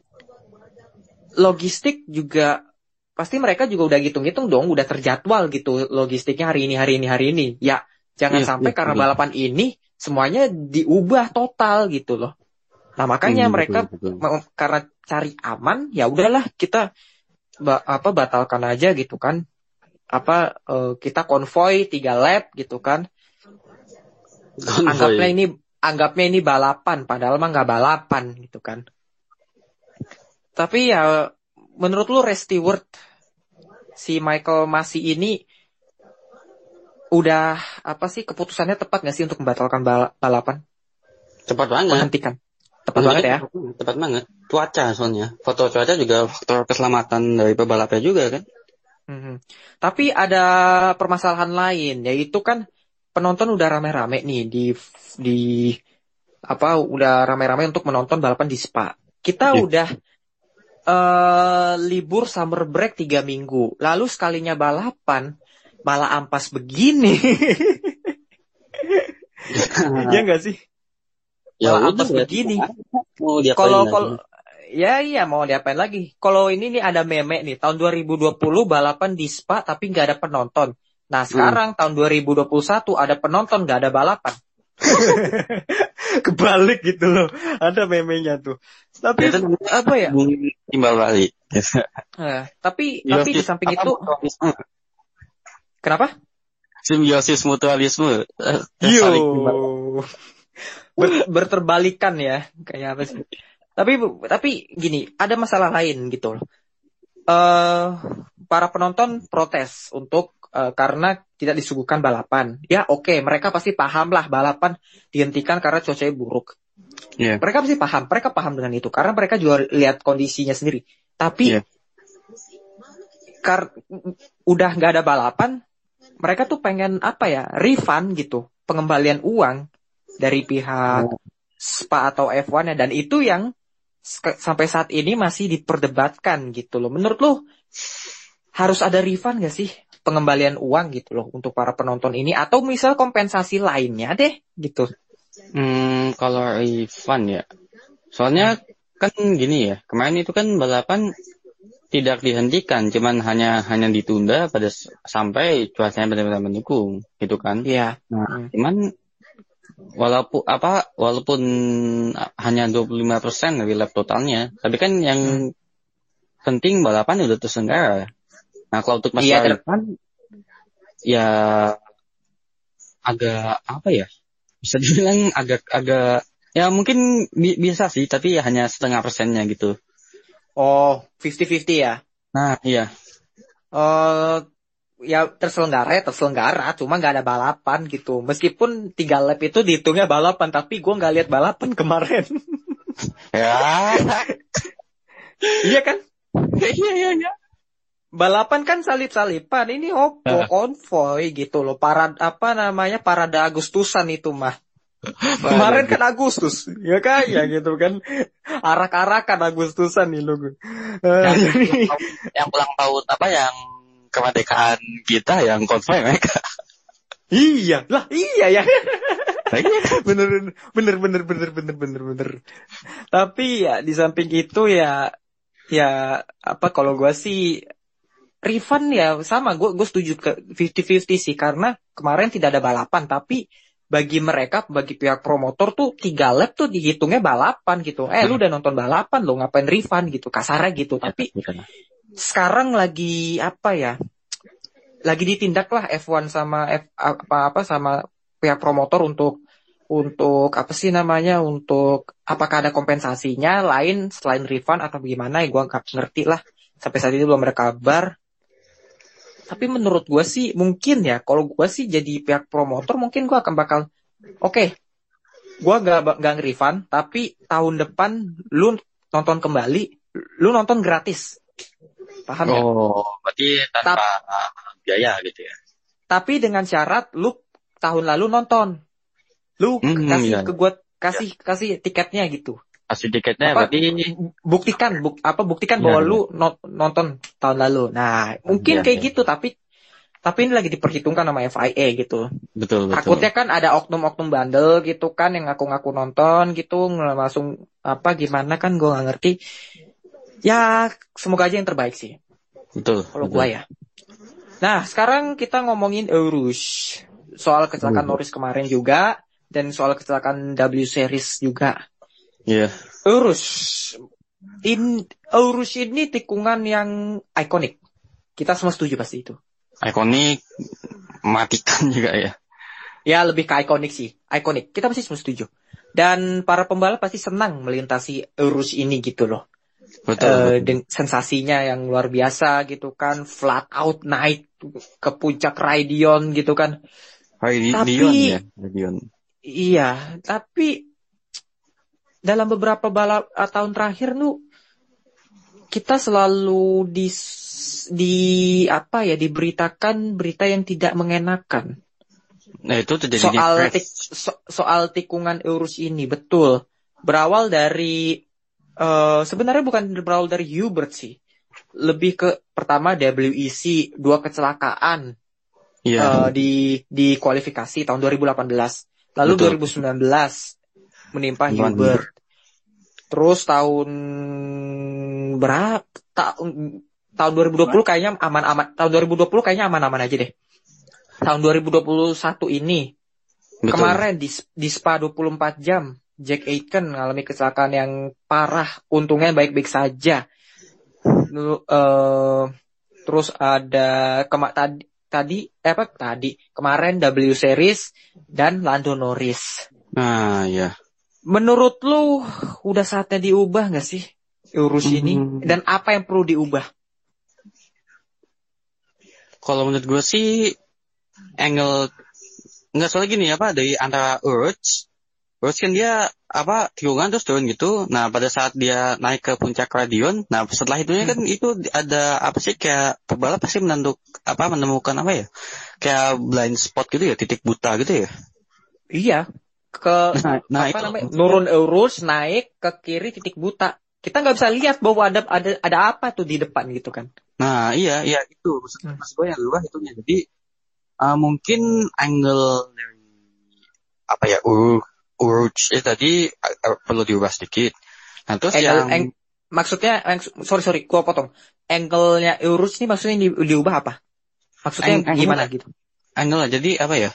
logistik juga pasti mereka juga udah hitung-hitung dong, udah terjadwal gitu logistiknya hari ini, hari ini, hari ini. Ya, jangan yeah, sampai yeah, karena yeah. balapan ini semuanya diubah total gitu loh. Nah, makanya hmm, mereka betul, betul. karena cari aman, ya udahlah kita ba- apa batalkan aja gitu kan. Apa uh, kita konvoy tiga lap gitu kan. Konvoy. Anggapnya ini anggapnya ini balapan padahal mah nggak balapan gitu kan. Tapi ya menurut lu race steward si Michael Masi ini udah apa sih keputusannya tepat nggak sih untuk membatalkan bal- balapan? Tepat banget. Menghentikan. Tepat banget ya. Tepat banget. Cuaca soalnya. Foto cuaca juga faktor keselamatan dari pebalapnya juga kan. Mm-hmm. Tapi ada permasalahan lain yaitu kan penonton udah rame-rame nih di di apa udah rame-rame untuk menonton balapan di Spa. Kita yeah. udah Uh, libur summer break tiga minggu. Lalu sekalinya balapan malah ampas begini. Ya nggak sih? Malah ya, ampas udah, begini. Kalau kalau ya iya mau diapain lagi? Kalau ini nih ada meme nih tahun dua ribu dua puluh balapan di Spa tapi nggak ada penonton. Nah sekarang hmm. tahun dua ribu dua puluh satu ada penonton nggak ada balapan. Kebalik gitu loh, ada memenya tuh. Tapi ya, apa ya? Timbal balik. Nah, tapi Simbiosis, tapi di samping itu, mutualisme. Kenapa? Simbiosis mutualisme. Yo, Ber, berterbalikan ya, kayak apa sih? Tapi tapi gini, ada masalah lain gitu loh. Uh, para penonton protes untuk uh, karena tidak disuguhkan balapan. Ya oke, okay, mereka pasti paham lah balapan dihentikan karena cuacanya buruk. Yeah. Mereka pasti paham, mereka paham dengan itu karena mereka juga lihat kondisinya sendiri. Tapi yeah. kar- udah nggak ada balapan, mereka tuh pengen apa ya, refund gitu, pengembalian uang dari pihak oh. Spa atau F satu-nya dan itu yang sk- sampai saat ini masih diperdebatkan gitu loh. Menurut lo harus ada refund nggak sih? Pengembalian uang gitu loh untuk para penonton ini atau misal kompensasi lainnya deh gitu. Hmm, kalau Ivan ya. Soalnya kan gini ya, kemarin itu kan balapan tidak dihentikan, cuman hanya hanya ditunda pada s- sampai cuacanya benar-benar mendukung, gitu kan. Iya. Nah, Hmm. cuman walaupun apa walaupun ah, hanya dua puluh lima persen dari lap totalnya, tapi kan yang Hmm. penting balapan udah terselenggara. Nah, kalau untuk Iya, masalah ter- Ivan ya agak apa ya? Bisa dibilang agak-agak ya mungkin bi- bisa sih, tapi ya hanya setengah persennya gitu. oh, fifty fifty ya. Nah, iya. Eh ya terselenggara ya terselenggara, cuma nggak ada balapan gitu. Meskipun tiga lap itu dihitungnya balapan, tapi gue nggak lihat balapan kemarin. Ya. Iya kan? Iya, iya, iya. Balapan kan salip-salipan, ini opo konvoy gitu loh. Parad apa namanya parade Agustusan itu mah. Kemarin kan Agustus, ya kan ya gitu kan. Arak-arakan Agustusan nih lo. Eh, Yang jadi ulang tahun, yang ulang tahun apa yang kemerdekaan kita yang konvoy mereka. iya lah iya ya. Nah, iya. bener bener bener bener bener bener bener. Tapi ya di samping itu ya ya apa kalau gue sih refund ya sama gue gue setuju ke fifty fifty sih karena kemarin tidak ada balapan tapi bagi mereka bagi pihak promotor tuh tiga lap tuh dihitungnya balapan gitu. Eh lu udah nonton balapan lo ngapain refund gitu kasarnya gitu. Tapi sekarang lagi apa ya? Lagi ditindak lah F satu sama F apa apa sama pihak promotor untuk untuk apa sih namanya untuk apakah ada kompensasinya lain selain refund atau gimana ya gue nggak ngerti lah sampai saat ini belum ada kabar. Tapi menurut gue sih mungkin ya kalau gue sih jadi pihak promotor mungkin gue akan bakal oke okay, gue gak nggak refund tapi tahun depan lu nonton kembali lu nonton gratis paham ya? Oh, berarti tanpa Ta- biaya gitu ya. tapi dengan syarat lu tahun lalu nonton lu Hmm, kasih iya. ke gue kasih kasih tiketnya gitu Kasih tiketnya apa berarti buktikan buk, apa buktikan Iya, bahwa iya. lu no- nonton tahun lalu. Nah, mungkin Iya, kayak iya. gitu tapi tapi ini lagi diperhitungkan sama F I A gitu. Betul, betul. Takutnya kan ada oknum-oknum bandel gitu kan yang ngaku-ngaku nonton gitu langsung apa gimana kan gue nggak ngerti. Ya, semoga aja yang terbaik sih. Betul. Kalau betul. gue ya. Nah, sekarang kita ngomongin Urus. Soal kecelakaan Uh. Norris kemarin juga dan soal kecelakaan W Series juga. Iya. Urus. In Urus ini tikungan yang ikonik. Kita semua setuju pasti itu. Ikonik, matikan juga ya. Ya lebih ke ikonik sih. Ikonik. Kita pasti semua setuju. Dan para pembalap pasti senang melintasi Urus ini gitu loh. Betul. Uh, betul. dengan sensasinya yang luar biasa gitu kan. Flat out naik ke puncak Raidion gitu kan. Raidion Tapi, ya. Raidion. Iya. Tapi dalam beberapa balap uh, tahun terakhir nu kita selalu di di apa ya diberitakan berita yang tidak mengenakan. Nah, itu terjadi soal tik, so, soal tikungan Urus ini betul berawal dari uh, sebenarnya bukan berawal dari Hubert sih. Lebih ke pertama W E C dua kecelakaan. Iya. Uh, di di kualifikasi tahun dua ribu delapan belas. Lalu Betul. dua ribu sembilan belas menimpa Bukan Hubert. Terus tahun berapa? Ta- tahun dua ribu dua puluh kayaknya aman-aman. Tahun dua ribu dua puluh kayaknya aman-aman aja deh. Tahun dua ribu dua puluh satu ini Betul. kemarin di, di Spa dua puluh empat jam Jack Aitken mengalami kecelakaan yang parah. Untungnya baik-baik saja. Uh, terus ada kema- tadi tadi eh, apa tadi kemarin W Series dan Lando Norris. Nah, ya. Menurut lu udah saatnya diubah nggak sih Urus Hmm. ini? Dan apa yang perlu diubah? Kalau menurut gue sih angle nggak soal gini apa dari antara Urus, Urus kan dia apa tikungan terus turun gitu. Nah pada saat dia naik ke puncak Raidion, nah setelah itunya kan itu ada apa sih kayak pebalap pasti menentuk apa menemukan apa ya kayak blind spot gitu ya titik buta gitu ya. Iya. Ke Nah, nah apa itu namanya nurun Urus naik ke kiri titik buta. Kita nggak bisa lihat bahwa ada ada ada apa tuh di depan gitu kan. Nah iya iya itu maksud, Hmm. maksud gue yang luar itunya. Jadi uh, mungkin angle dari apa ya Ur, urge eh, tadi uh, perlu diubah sedikit. Nah terus Angle, yang ang- maksudnya, ang- sorry sorry, gua potong. Angle-nya urge ini maksudnya di, diubah apa? Maksudnya ang- angle gimana lah, gitu? angle lah. Jadi apa ya?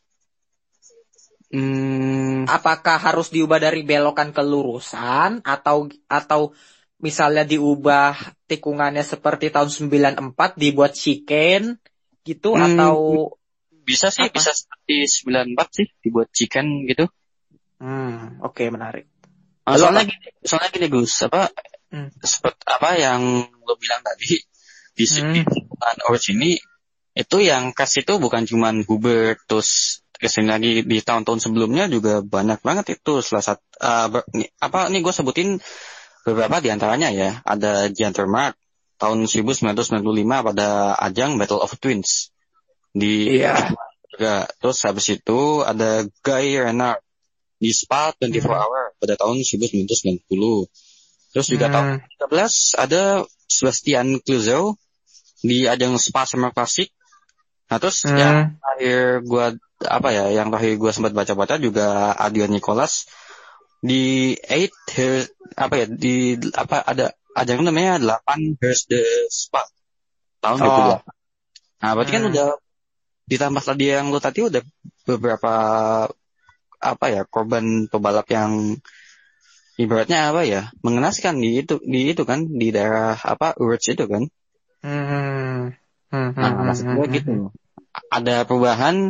Hmm, Apakah harus diubah dari belokan ke lurusan atau atau misalnya diubah tikungannya seperti tahun sembilan empat dibuat chicken gitu hmm, atau bisa sih, apa? bisa seperti sembilan empat sih dibuat chicken gitu. Hmm, oke okay, menarik. Uh, Lalu soalnya apa? gini, soalnya gini Gus, apa Hmm. seperti apa yang lo bilang tadi di Hmm. tikungan urge ini itu yang khas itu bukan cuman Hubert, terus kesini lagi di tahun-tahun sebelumnya juga banyak banget itu salah satu uh, ber, ini, apa nih gue sebutin beberapa di antaranya ya. Ada Gianter Mark tahun seribu sembilan ratus sembilan puluh lima pada ajang Battle of Twins di Iya. juga. Terus habis itu ada Guy Renard di Spa dua puluh empat Hmm. Hour pada tahun seribu sembilan ratus sembilan puluh. Terus juga tahun Hmm. dua ribu tiga belas ada Sebastian Clouseau di ajang Spa Summer Classic. Nah terus Hmm. yang terakhir gue apa ya, yang terakhir gue sempat baca-baca juga Adrian Nicholas di eight Her- apa ya di apa ada ajang namanya delapan Here's the Spa tahun dua ribu Oh. delapan. Nah berarti kan Hmm. udah ditambah tadi yang lo tadi udah beberapa apa ya korban pebalap yang ibaratnya apa ya mengenaskan di itu di itu kan di daerah apa Urge itu kan. Hmm. Hmm. Nah Hmm. maksud Hmm. gue Hmm. gitu ada perubahan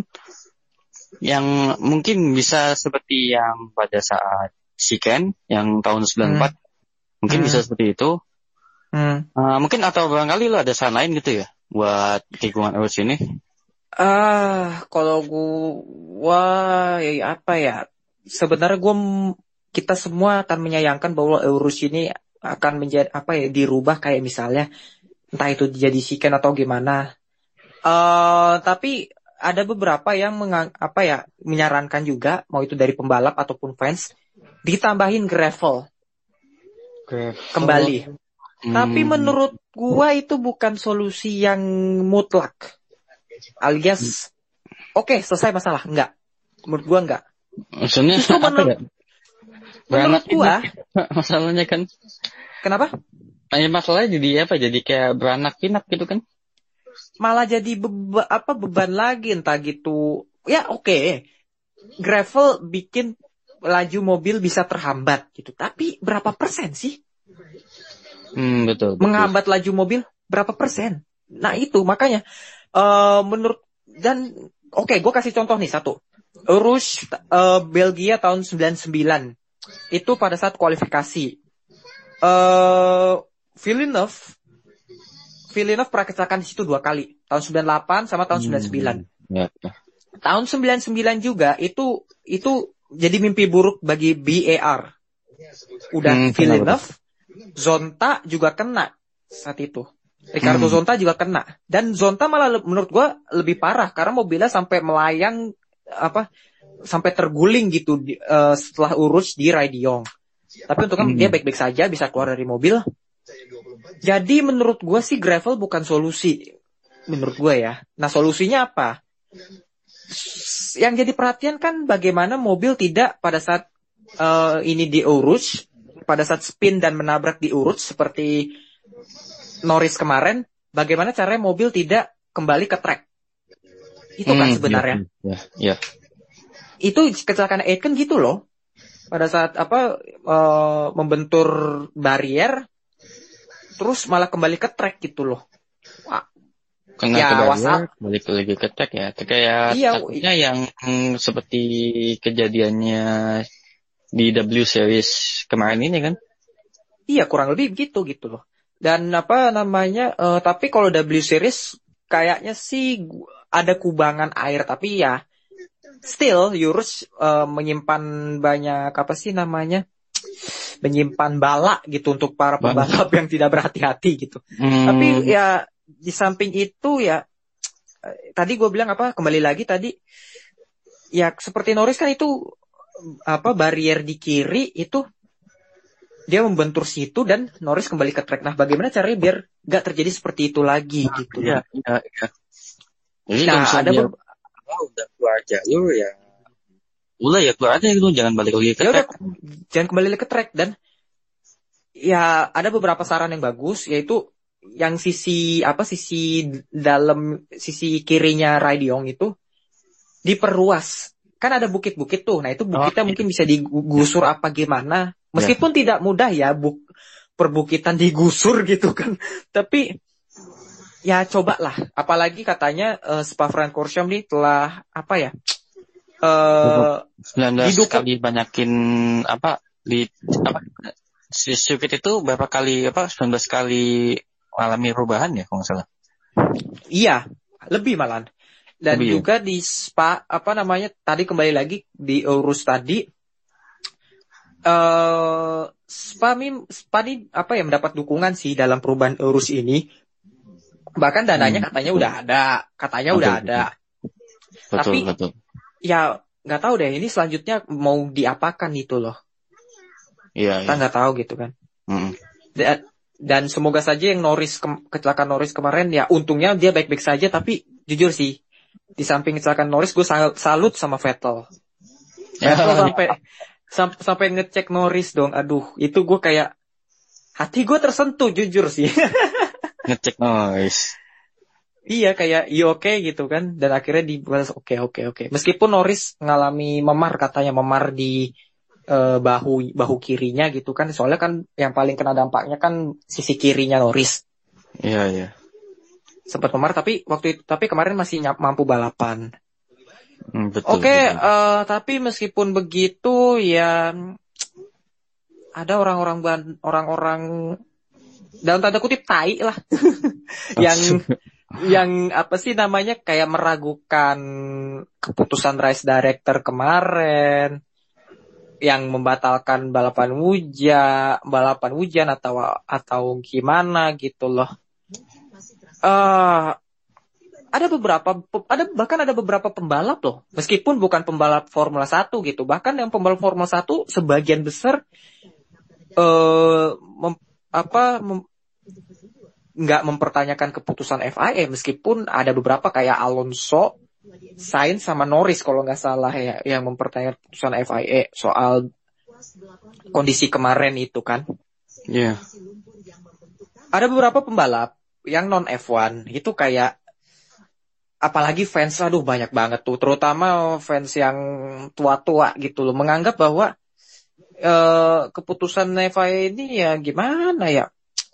yang mungkin bisa seperti yang pada saat Shiken yang tahun sembilan puluh empat mungkin Hmm. bisa seperti itu. Hmm. Uh, mungkin atau barangkali lo ada saran lain gitu ya buat tikungan Urge ini. Ah, kalau gua ya apa ya? Sebenarnya gua m- kita semua akan menyayangkan bahwa Eurus ini akan menjadi apa ya dirubah kayak misalnya entah itu jadi chicken atau gimana. Eh tapi ada beberapa yang mengang, apa ya menyarankan juga mau itu dari pembalap ataupun fans ditambahin gravel kembali. Hmm. Tapi menurut gua itu bukan solusi yang mutlak. Alias oke, selesai masalah. Enggak. Menurut gua enggak. Maksudnya Justru apa menur- ya? menurut Beranak gua, pinak masalahnya kan. kenapa? Hanya masalahnya jadi apa? Jadi kayak beranak pinak gitu kan? Malah jadi beba, apa beban lagi entah gitu. Ya oke. Gravel bikin laju mobil bisa terhambat gitu. Tapi berapa persen sih Hmm, betul, betul. menghambat laju mobil? Berapa persen? Nah itu makanya eh menurut dan oke, gue kasih contoh nih satu. Rouge eh, Belgia tahun sembilan puluh sembilan itu pada saat kualifikasi. Eh Villeneuve Villeneuve pernah kecelakaan di situ dua kali, tahun sembilan puluh delapan sama tahun sembilan puluh sembilan. Hmm, ya, ya. Tahun sembilan puluh sembilan juga itu itu jadi mimpi buruk bagi B A R. Udah Hmm, Villeneuve, Zonta juga kena saat itu. Ricardo Hmm. Zonta juga kena. Dan Zonta malah le- menurut gua lebih parah karena mobilnya sampai melayang apa sampai terguling gitu di- eh, setelah urus di Raidiong. Tapi untungnya Hmm. dia baik-baik saja bisa keluar dari mobil. Jadi menurut gua sih gravel bukan solusi. Menurut gua ya. Nah solusinya apa? Yang jadi perhatian kan bagaimana mobil tidak pada saat eh, ini diurus, pada saat spin dan menabrak diurus seperti Norris kemarin, bagaimana caranya mobil tidak kembali ke track. Itu kan Hmm, sebenarnya. Ya, ya. Itu kecelakaan Aitken gitu loh. Pada saat apa eh, membentur barrier, terus malah kembali ke track gitu loh. Wah, Kena Ya, ke barrier, WhatsApp. balik lagi ke tag ya. Itu kayak Iya, takutnya yang hmm, seperti kejadiannya di W Series kemarin ini kan. iya kurang lebih begitu gitu loh. Dan apa namanya? eh, tapi kalau W Series kayaknya sih gu- ada kubangan air, tapi ya still Urus eh, menyimpan banyak apa sih namanya? Menyimpan bala gitu untuk para Bala. pembalap yang tidak berhati-hati gitu. Hmm, Tapi ya di samping itu ya eh, tadi gue bilang apa? Kembali lagi tadi ya seperti Norris kan itu apa barrier di kiri itu dia membentur situ dan Norris kembali ke track. Nah, bagaimana caranya biar nggak terjadi seperti itu lagi gitu? Iya, iya, iya. Jadi Nah, kalau ada misalnya be- dia udah keluar jalur ya, udah ya keluar aja gitu, jangan balik lagi ke Ya udah, track. jangan kembali lagi ke track. Dan ya ada beberapa saran yang bagus, yaitu yang sisi apa sisi dalam sisi kirinya Raidiong itu diperluas. Kan ada bukit-bukit tuh. Nah, itu bukitnya Oh, mungkin bisa digusur apa gimana. Meskipun tidak mudah ya buk perbukitan digusur gitu kan. Tapi ya cobalah. Apalagi katanya uh, Spa-Francorchamps nih telah apa ya? Eh sembilan belas didukung. kali banyakin apa di apa si sirkuit itu berapa kali apa sembilan belas kali alami perubahan ya kalau nggak salah. Iya, lebih malah. Dan Lebih, juga di Spa apa namanya? Tadi kembali lagi di Urus tadi eh Spa nih Spa nih apa ya mendapat dukungan sih dalam perubahan Urus ini. Bahkan dananya Hmm, katanya betul. udah ada, katanya Betul, udah betul. ada. Betul, Tapi betul. ya nggak tahu deh ini selanjutnya mau diapakan itu loh. Iya, Kita iya. nggak tahu gitu kan. Mm. Dan, dan semoga saja yang Norris ke- kecelakaan Norris kemarin ya untungnya dia baik-baik saja. Tapi jujur sih di samping kecelakaan Norris gue sal- salut sama Vettel. Vettel sampai sam- sampai ngecek Norris dong. Aduh itu gue kayak hati gue tersentuh jujur sih. Ngecek noise. Iya kayak iya oke gitu kan. Dan akhirnya dibalas oke oke oke. Meskipun Norris ngalami memar katanya memar di eh, bahu bahu kirinya gitu kan. Soalnya kan yang paling kena dampaknya kan sisi kirinya Norris. Iya, iya. Sempat memar tapi waktu itu tapi kemarin masih nyap, mampu balapan. Mm, betul. Oke, betul. eh, tapi meskipun begitu ya ada orang-orang ban- orang-orang dalam tanda kutip tai lah yang yang apa sih namanya kayak meragukan keputusan race director kemarin yang membatalkan balapan hujan, balapan hujan atau atau gimana gitu loh. Eh ada beberapa ada bahkan ada beberapa pembalap loh, meskipun bukan pembalap Formula satu gitu. Bahkan yang pembalap Formula satu sebagian besar eh mem, apa mem, nggak mempertanyakan keputusan F I A, meskipun ada beberapa kayak Alonso, Sainz sama Norris kalau nggak salah ya yang mempertanyakan keputusan F I A soal kondisi kemarin itu kan. Iya. Ada beberapa pembalap yang non F satu itu kayak apalagi fans aduh banyak banget tuh, terutama fans yang tua-tua gitu loh, menganggap bahwa eh, keputusan F I A ini ya gimana ya?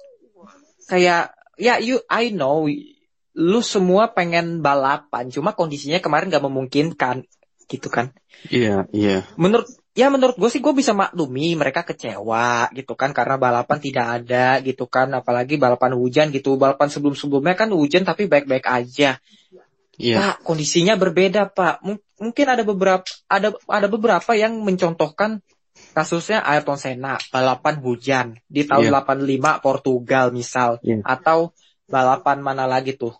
Kayak ya you I know lu semua pengen balapan, cuma kondisinya kemarin nggak memungkinkan gitu kan. Iya, iya. Menurut ya menurut gue sih gue bisa maklumi mereka kecewa gitu kan karena balapan tidak ada gitu kan, apalagi balapan hujan gitu. Balapan sebelum-sebelumnya kan hujan tapi baik-baik aja. Iya. Pak, kondisinya berbeda, Pak. M- mungkin ada beberapa ada ada beberapa yang mencontohkan kasusnya Ayrton Senna, balapan hujan di tahun Iya. delapan puluh lima Portugal misal, Iya. atau balapan mana lagi tuh.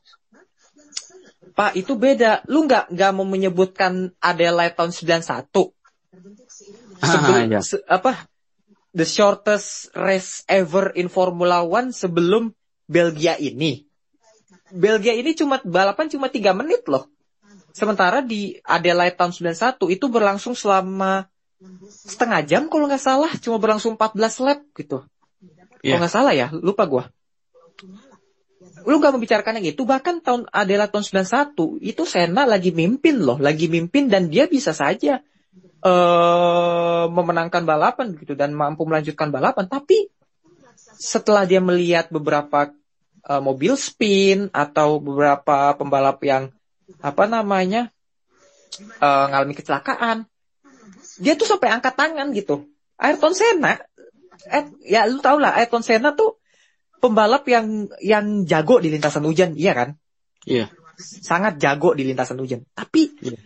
Pak, itu beda. Lu nggak nggak mau menyebutkan Adelaide tahun sembilan puluh satu. Sebelum Ah, iya. se- apa? The shortest race ever in Formula One sebelum Belgia ini. Belgia ini cuma balapan cuma tiga menit loh. Sementara di Adelaide tahun sembilan puluh satu itu berlangsung selama setengah jam kalau nggak salah, cuma berlangsung empat belas lap gitu. Kalau Iya. nggak salah ya, lupa gua. Lu nggak membicarakan yang itu. Bahkan tahun Adelaide tahun sembilan puluh satu itu Senna lagi mimpin loh, lagi mimpin dan dia bisa saja eh memenangkan balapan gitu dan mampu melanjutkan balapan. Tapi setelah dia melihat beberapa uh, mobil spin atau beberapa pembalap yang apa namanya uh, ngalami kecelakaan, dia tuh sampai angkat tangan gitu. Ayrton Senna, eh, ya lu tau lah Ayrton Senna tuh pembalap yang yang jago di lintasan hujan, iya kan? Iya. Sangat jago di lintasan hujan. Tapi Iya.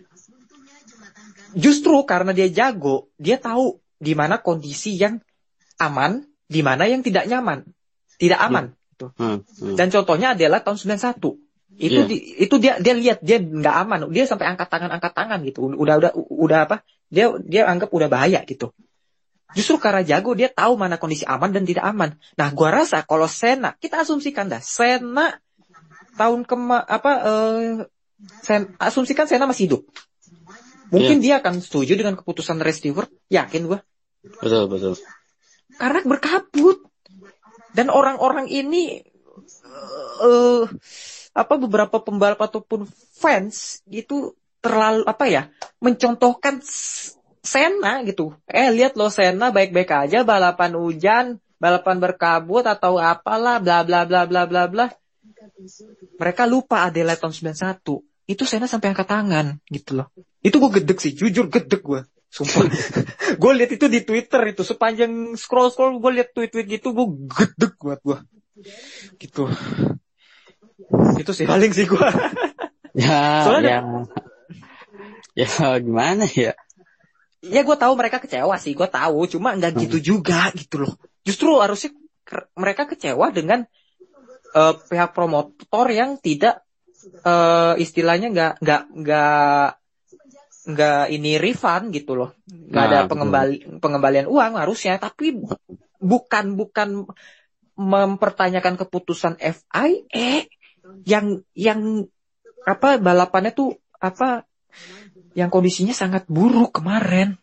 justru karena dia jago, dia tahu di mana kondisi yang aman, di mana yang tidak nyaman, tidak aman. Gitu. Hmm, hmm. Dan contohnya adalah tahun sembilan puluh satu. Itu Iya. di, itu dia dia lihat dia nggak aman, dia sampai angkat tangan angkat tangan gitu. Udah udah udah apa? Dia dia anggap udah bahaya gitu. Justru karena jago dia tahu mana kondisi aman dan tidak aman. Nah, gua rasa kalau Senna, kita asumsikan dah, Senna tahun kema apa eh Sen, asumsikan Senna masih hidup. Mungkin yeah. dia akan setuju dengan keputusan Ray Stewart, yakin gue. Betul, betul. Karena berkabut. Dan orang-orang ini uh, apa beberapa pembalap ataupun fans itu terlalu apa ya, mencontohkan Senna gitu. Eh lihat loh Senna baik-baik aja balapan hujan, balapan berkabut atau apalah bla bla bla bla bla bla. Mereka lupa Adelaide tahun sembilan puluh satu. Itu Senna sampai angkat tangan gitu loh. Itu gue gedek sih, jujur gedek gue. Sumpah. Gue lihat itu di Twitter itu sepanjang scroll-scroll gue lihat tweet-tweet gitu gue gedek buat gue. Gitu. Itu sih paling sih gue. Ya, Soalnya ya. Ya gimana ya? Ya gue tahu mereka kecewa sih, gue tahu. Cuma nggak gitu hmm. juga gitu loh. Justru harusnya ke- mereka kecewa dengan uh, pihak promotor yang tidak uh, istilahnya nggak nggak nggak nggak ini refund gitu loh, nggak nah, ada pengembali betul. pengembalian uang harusnya, tapi bukan bukan mempertanyakan keputusan F I A yang yang apa balapannya tuh apa yang kondisinya sangat buruk kemarin.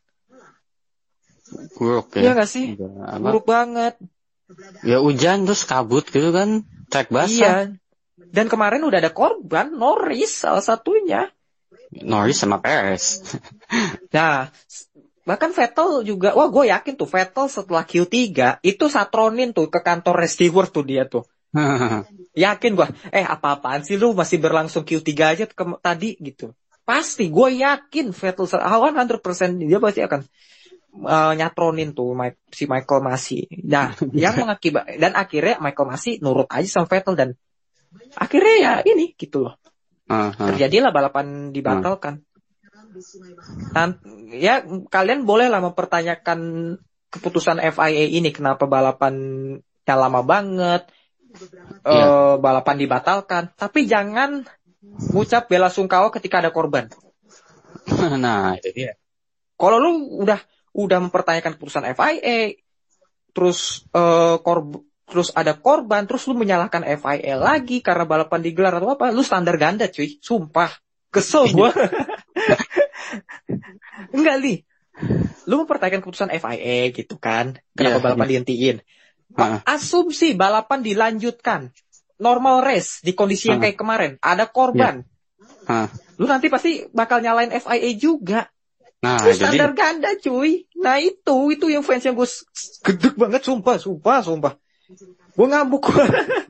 Buruk ya? Iya nggak sih? Apa? Buruk banget. Ya hujan terus kabut gitu kan, trek basah. Iya. Dan kemarin udah ada korban, Norris salah satunya. Norris sama Perez. Nah, bahkan Vettel juga, wah gue yakin tuh Vettel setelah Q tiga itu satronin tuh ke kantor Ray Stewart tuh dia tuh. Yakin gue, eh apa-apaan sih lu masih berlangsung Q tiga aja ke- tadi gitu. Pasti, gue yakin Vettel seratus persen dia pasti akan uh, nyatronin tuh si Michael Masi. Nah, yang mengakibat dan akhirnya Michael Masi nurut aja sama Vettel dan akhirnya ya ini gitu loh. Uh-huh. Terjadilah balapan dibatalkan. Uh. Ya kalian bolehlah mempertanyakan keputusan F I A ini kenapa balapannya lama banget, yeah. uh, balapan dibatalkan. Tapi jangan ngucap bela sungkawa ketika ada korban. Nah itu dia. Kalau lu udah udah mempertanyakan keputusan F I A, terus uh, korban terus ada korban, terus lu menyalahkan F I A lagi karena balapan digelar atau apa, lu standar ganda cuy, sumpah. Kesel gua. Enggak, Li. Lu mempertanyakan keputusan F I A gitu kan, kenapa yeah, balapan yeah. dihentiin. Uh. Asumsi balapan dilanjutkan, normal race di kondisi uh. yang kayak kemarin, ada korban. Yeah. Uh. Lu nanti pasti bakal nyalain F I A juga. Nah, lu standar jadi... ganda cuy. Nah itu, itu yang fans yang gue gedek banget, sumpah, sumpah, sumpah. Gue ngambuk gue.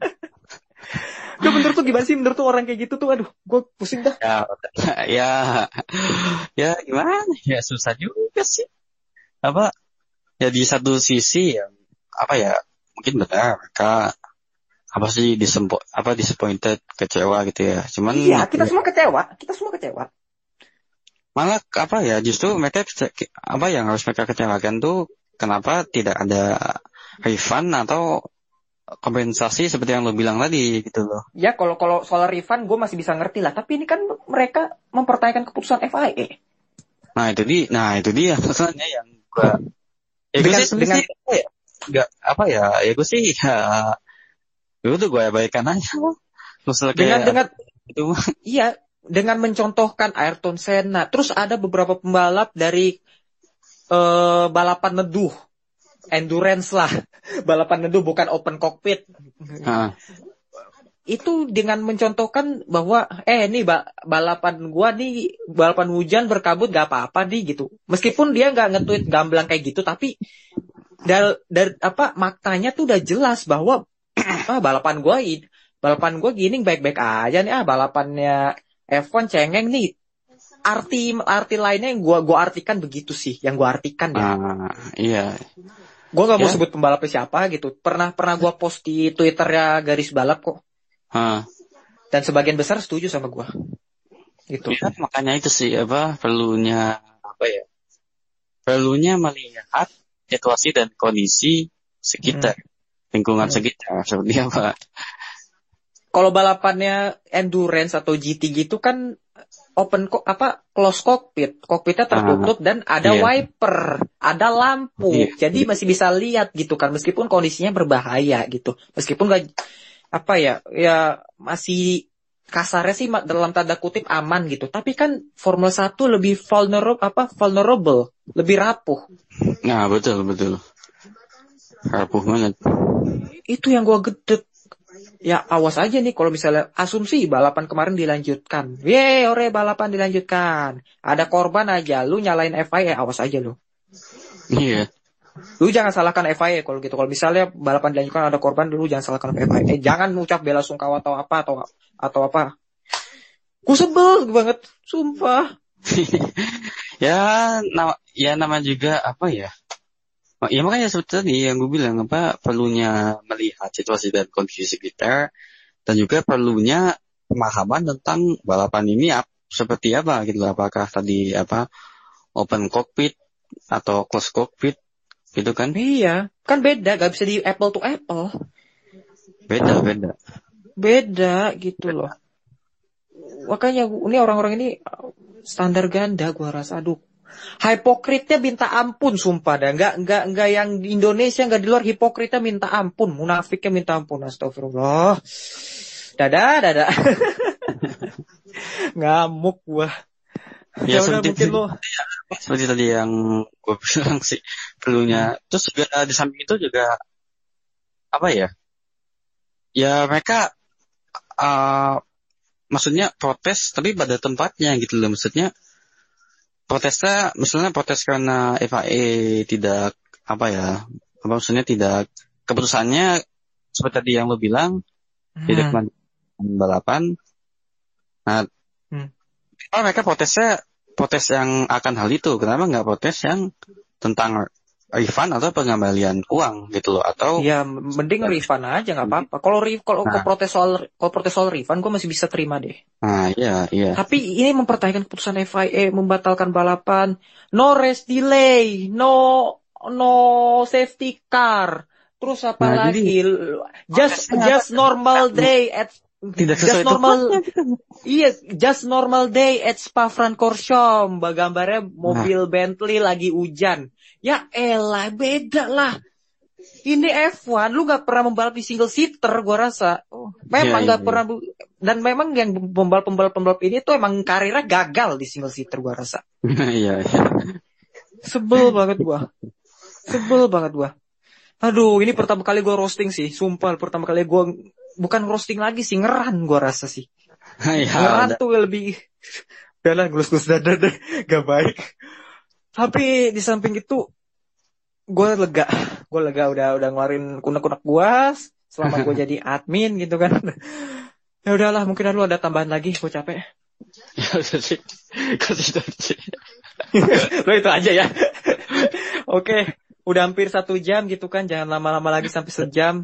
Gak bener tuh gimana sih menurut tuh orang kayak gitu tuh, aduh gue pusing dah. Ya, ya, ya gimana ya, susah juga sih. Apa ya, di satu sisi ya apa ya, mungkin benar mereka apa sih disempo apa disappointed, kecewa gitu ya. Cuman iya kita semua kecewa, kita semua kecewa. Malah apa ya, justru mereka apa yang harus mereka kecewakan tuh kenapa tidak ada refund atau kompensasi seperti yang lo bilang tadi gitu loh. Ya kalau kalau soal refund gue masih bisa ngerti lah, tapi ini kan mereka mempertanyakan keputusan F I A. Nah itu dia, nah itu dia maksudnya yang gue ya gue sih dengan ya, nggak apa ya, ya gue sih ya gue tuh gue abaikan aja loh. Dengan dengan itu iya, dengan mencontohkan Ayrton Senna, terus ada beberapa pembalap dari uh, balapan neduh. Endurance lah, balapan neduh bukan open cockpit. Uh. Itu dengan mencontohkan bahwa eh nih ba- balapan gua nih balapan hujan berkabut gak apa-apa nih gitu. Meskipun dia nggak nge-tweet gamblang kayak gitu, tapi dari dar, apa maknanya tuh udah jelas bahwa ah, balapan gua ini balapan gua gini baik-baik aja nih, ah balapannya F satu cengeng nih. Arti arti lainnya yang gua gua artikan begitu sih, yang gua artikan ya. Uh, iya. Gue gak mau ya. sebut pembalapnya siapa gitu. Pernah pernah gue post di Twitternya Garis Balap kok. Huh. Dan sebagian besar setuju sama gue. Gitu. Ya, makanya itu sih apa perlunya apa ya? Perlunya melihat situasi dan kondisi sekitar, hmm. lingkungan hmm. sekitar seperti apa. Kalau balapannya endurance atau G T gitu kan open co- apa close cockpit, cockpitnya tertutup uh, dan ada yeah. wiper, ada lampu, yeah. jadi masih bisa lihat gitu kan, meskipun kondisinya berbahaya gitu, meskipun nggak apa ya, ya masih kasarnya sih dalam tanda kutip aman gitu. Tapi kan Formula satu lebih vulnerable, apa vulnerable, lebih rapuh. Nah, betul, betul. Rapuh banget. Itu yang gua gedek. Ya awas aja nih kalau misalnya asumsi balapan kemarin dilanjutkan. Yeay, ore balapan dilanjutkan. Ada korban aja, lu nyalain F I A, awas aja lu. Iya. Lu jangan salahkan F I A kalau gitu. Kalau misalnya balapan dilanjutkan ada korban, lu jangan salahkan F I A. Eh, jangan ucap bela sungkawa atau apa atau atau apa. Ku sebel banget, sumpah. ya, nama, ya nama juga apa ya? Ya makanya seperti tadi yang gue bilang apa perlunya melihat situasi dan kondisi sekitar dan juga perlunya pemahaman tentang balapan ini ap, seperti apa gitu. Apakah tadi apa open cockpit atau closed cockpit gitu kan? Iya, kan beda, gak bisa di apple to apple. Beda, beda. Beda gitu loh. Makanya ini orang-orang ini standar ganda gua rasa. Aduh, hipokritnya minta ampun sumpah dah. Enggak enggak enggak yang di Indonesia, enggak di luar, hipokritnya minta ampun, munafiknya minta ampun. Astagfirullah. Dadah, dadah. Ngamuk gua. Ya, ya udah mungkin lo seperti tadi yang gue bilang sih perlunya. Terus juga di samping itu juga apa ya? Ya mereka uh, maksudnya protes tapi pada tempatnya gitu loh. Maksudnya protesnya misalnya protes karena F I A tidak apa ya? Apa maksudnya tidak keputusannya seperti tadi yang lo bilang hmm. tidak balapan. Nah, hmm. kalau mereka protesnya protes yang akan hal itu, kenapa nggak protes yang tentang refund atau pengembalian uang gitu loh? Atau ya mending refund aja nggak apa-apa. Kalau kalau nah. protes soal kalau protes soal refund, gue masih bisa terima deh. Nah iya iya. Tapi ini mempertanyakan keputusan F I A membatalkan balapan, no race delay, no no safety car, terus apa nah, lagi? Jadi, just just normal day at tidak just normal iya just normal day at Spa-Francorchamps, gambarnya mobil nah. Bentley lagi hujan. Ya elah, beda lah. Ini F satu, lu gak pernah membalap di single seater, gua rasa. Oh, memang yeah, gak yeah, pernah, yeah. Dan memang yang pembalap-pembalap-pembalap ini tuh emang karirnya gagal di single seater, gua rasa. Iya, iya. Sebel banget gua. Sebel banget gua. Aduh, ini pertama kali gua roasting sih. Sumpah, pertama kali gua, bukan roasting lagi sih, ngeran gua rasa sih. Ya, ngeran tuh lebih, udah lah, gelus-gelus dada deh, gak baik. Tapi di samping itu gue lega, gue lega udah udah ngeluarin kunek-kunek gue selama gue jadi admin gitu kan. Ya udahlah, mungkin lu ada tambahan lagi, gue capek. Ya udah sih, kasih sih. Lo itu aja ya. Oke, udah hampir satu jam gitu kan, jangan lama-lama lagi sampai sejam.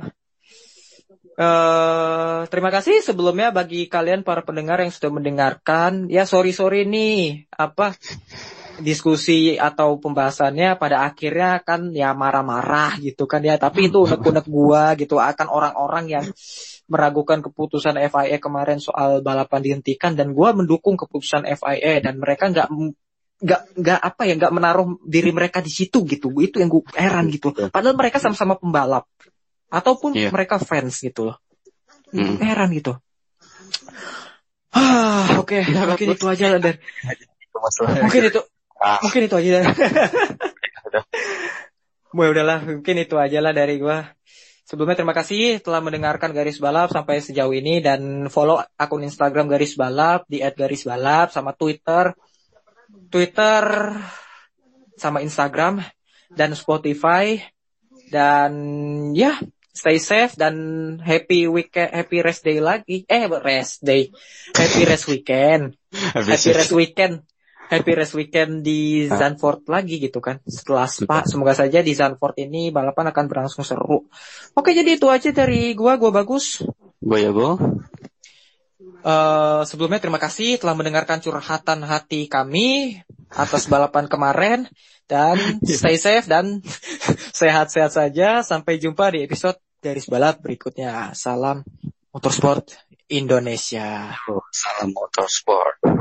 Uh, terima kasih sebelumnya bagi kalian para pendengar yang sudah mendengarkan. Ya sorry sorry nih apa. Diskusi atau pembahasannya pada akhirnya kan ya marah-marah gitu kan ya, tapi itu unek-unek gua gitu akan orang-orang yang meragukan keputusan F I A kemarin soal balapan dihentikan, dan gua mendukung keputusan F I A dan mereka nggak nggak nggak apa ya nggak menaruh diri mereka di situ gitu. Itu yang gua heran gitu, padahal mereka sama-sama pembalap ataupun yeah. mereka fans gitu loh. hmm. Heran gitu. Ah oke okay. Mungkin itu aja lah dari mungkin itu Ah. Mungkin itu aja. Boleh udahlah, mungkin itu aja lah dari gua. Sebelumnya terima kasih telah mendengarkan Garis Balap sampai sejauh ini, dan follow akun Instagram Garis Balap di et garis balap sama Twitter, Twitter sama Instagram dan Spotify, dan ya stay safe dan happy weekend, happy rest day lagi. Eh rest day, happy rest weekend, happy rest weekend. Happy race weekend di Zandvoort lagi gitu kan. Setelah Spa, semoga saja di Zandvoort ini balapan akan berlangsung seru. Oke, jadi itu aja dari gua, gua Bagus. Gua ya gua. Uh, sebelumnya terima kasih telah mendengarkan curhatan hati kami atas balapan kemarin, dan stay safe dan sehat-sehat saja. Sampai jumpa di episode Garis Balap berikutnya. Salam Motorsport Indonesia. Oh, salam Motorsport.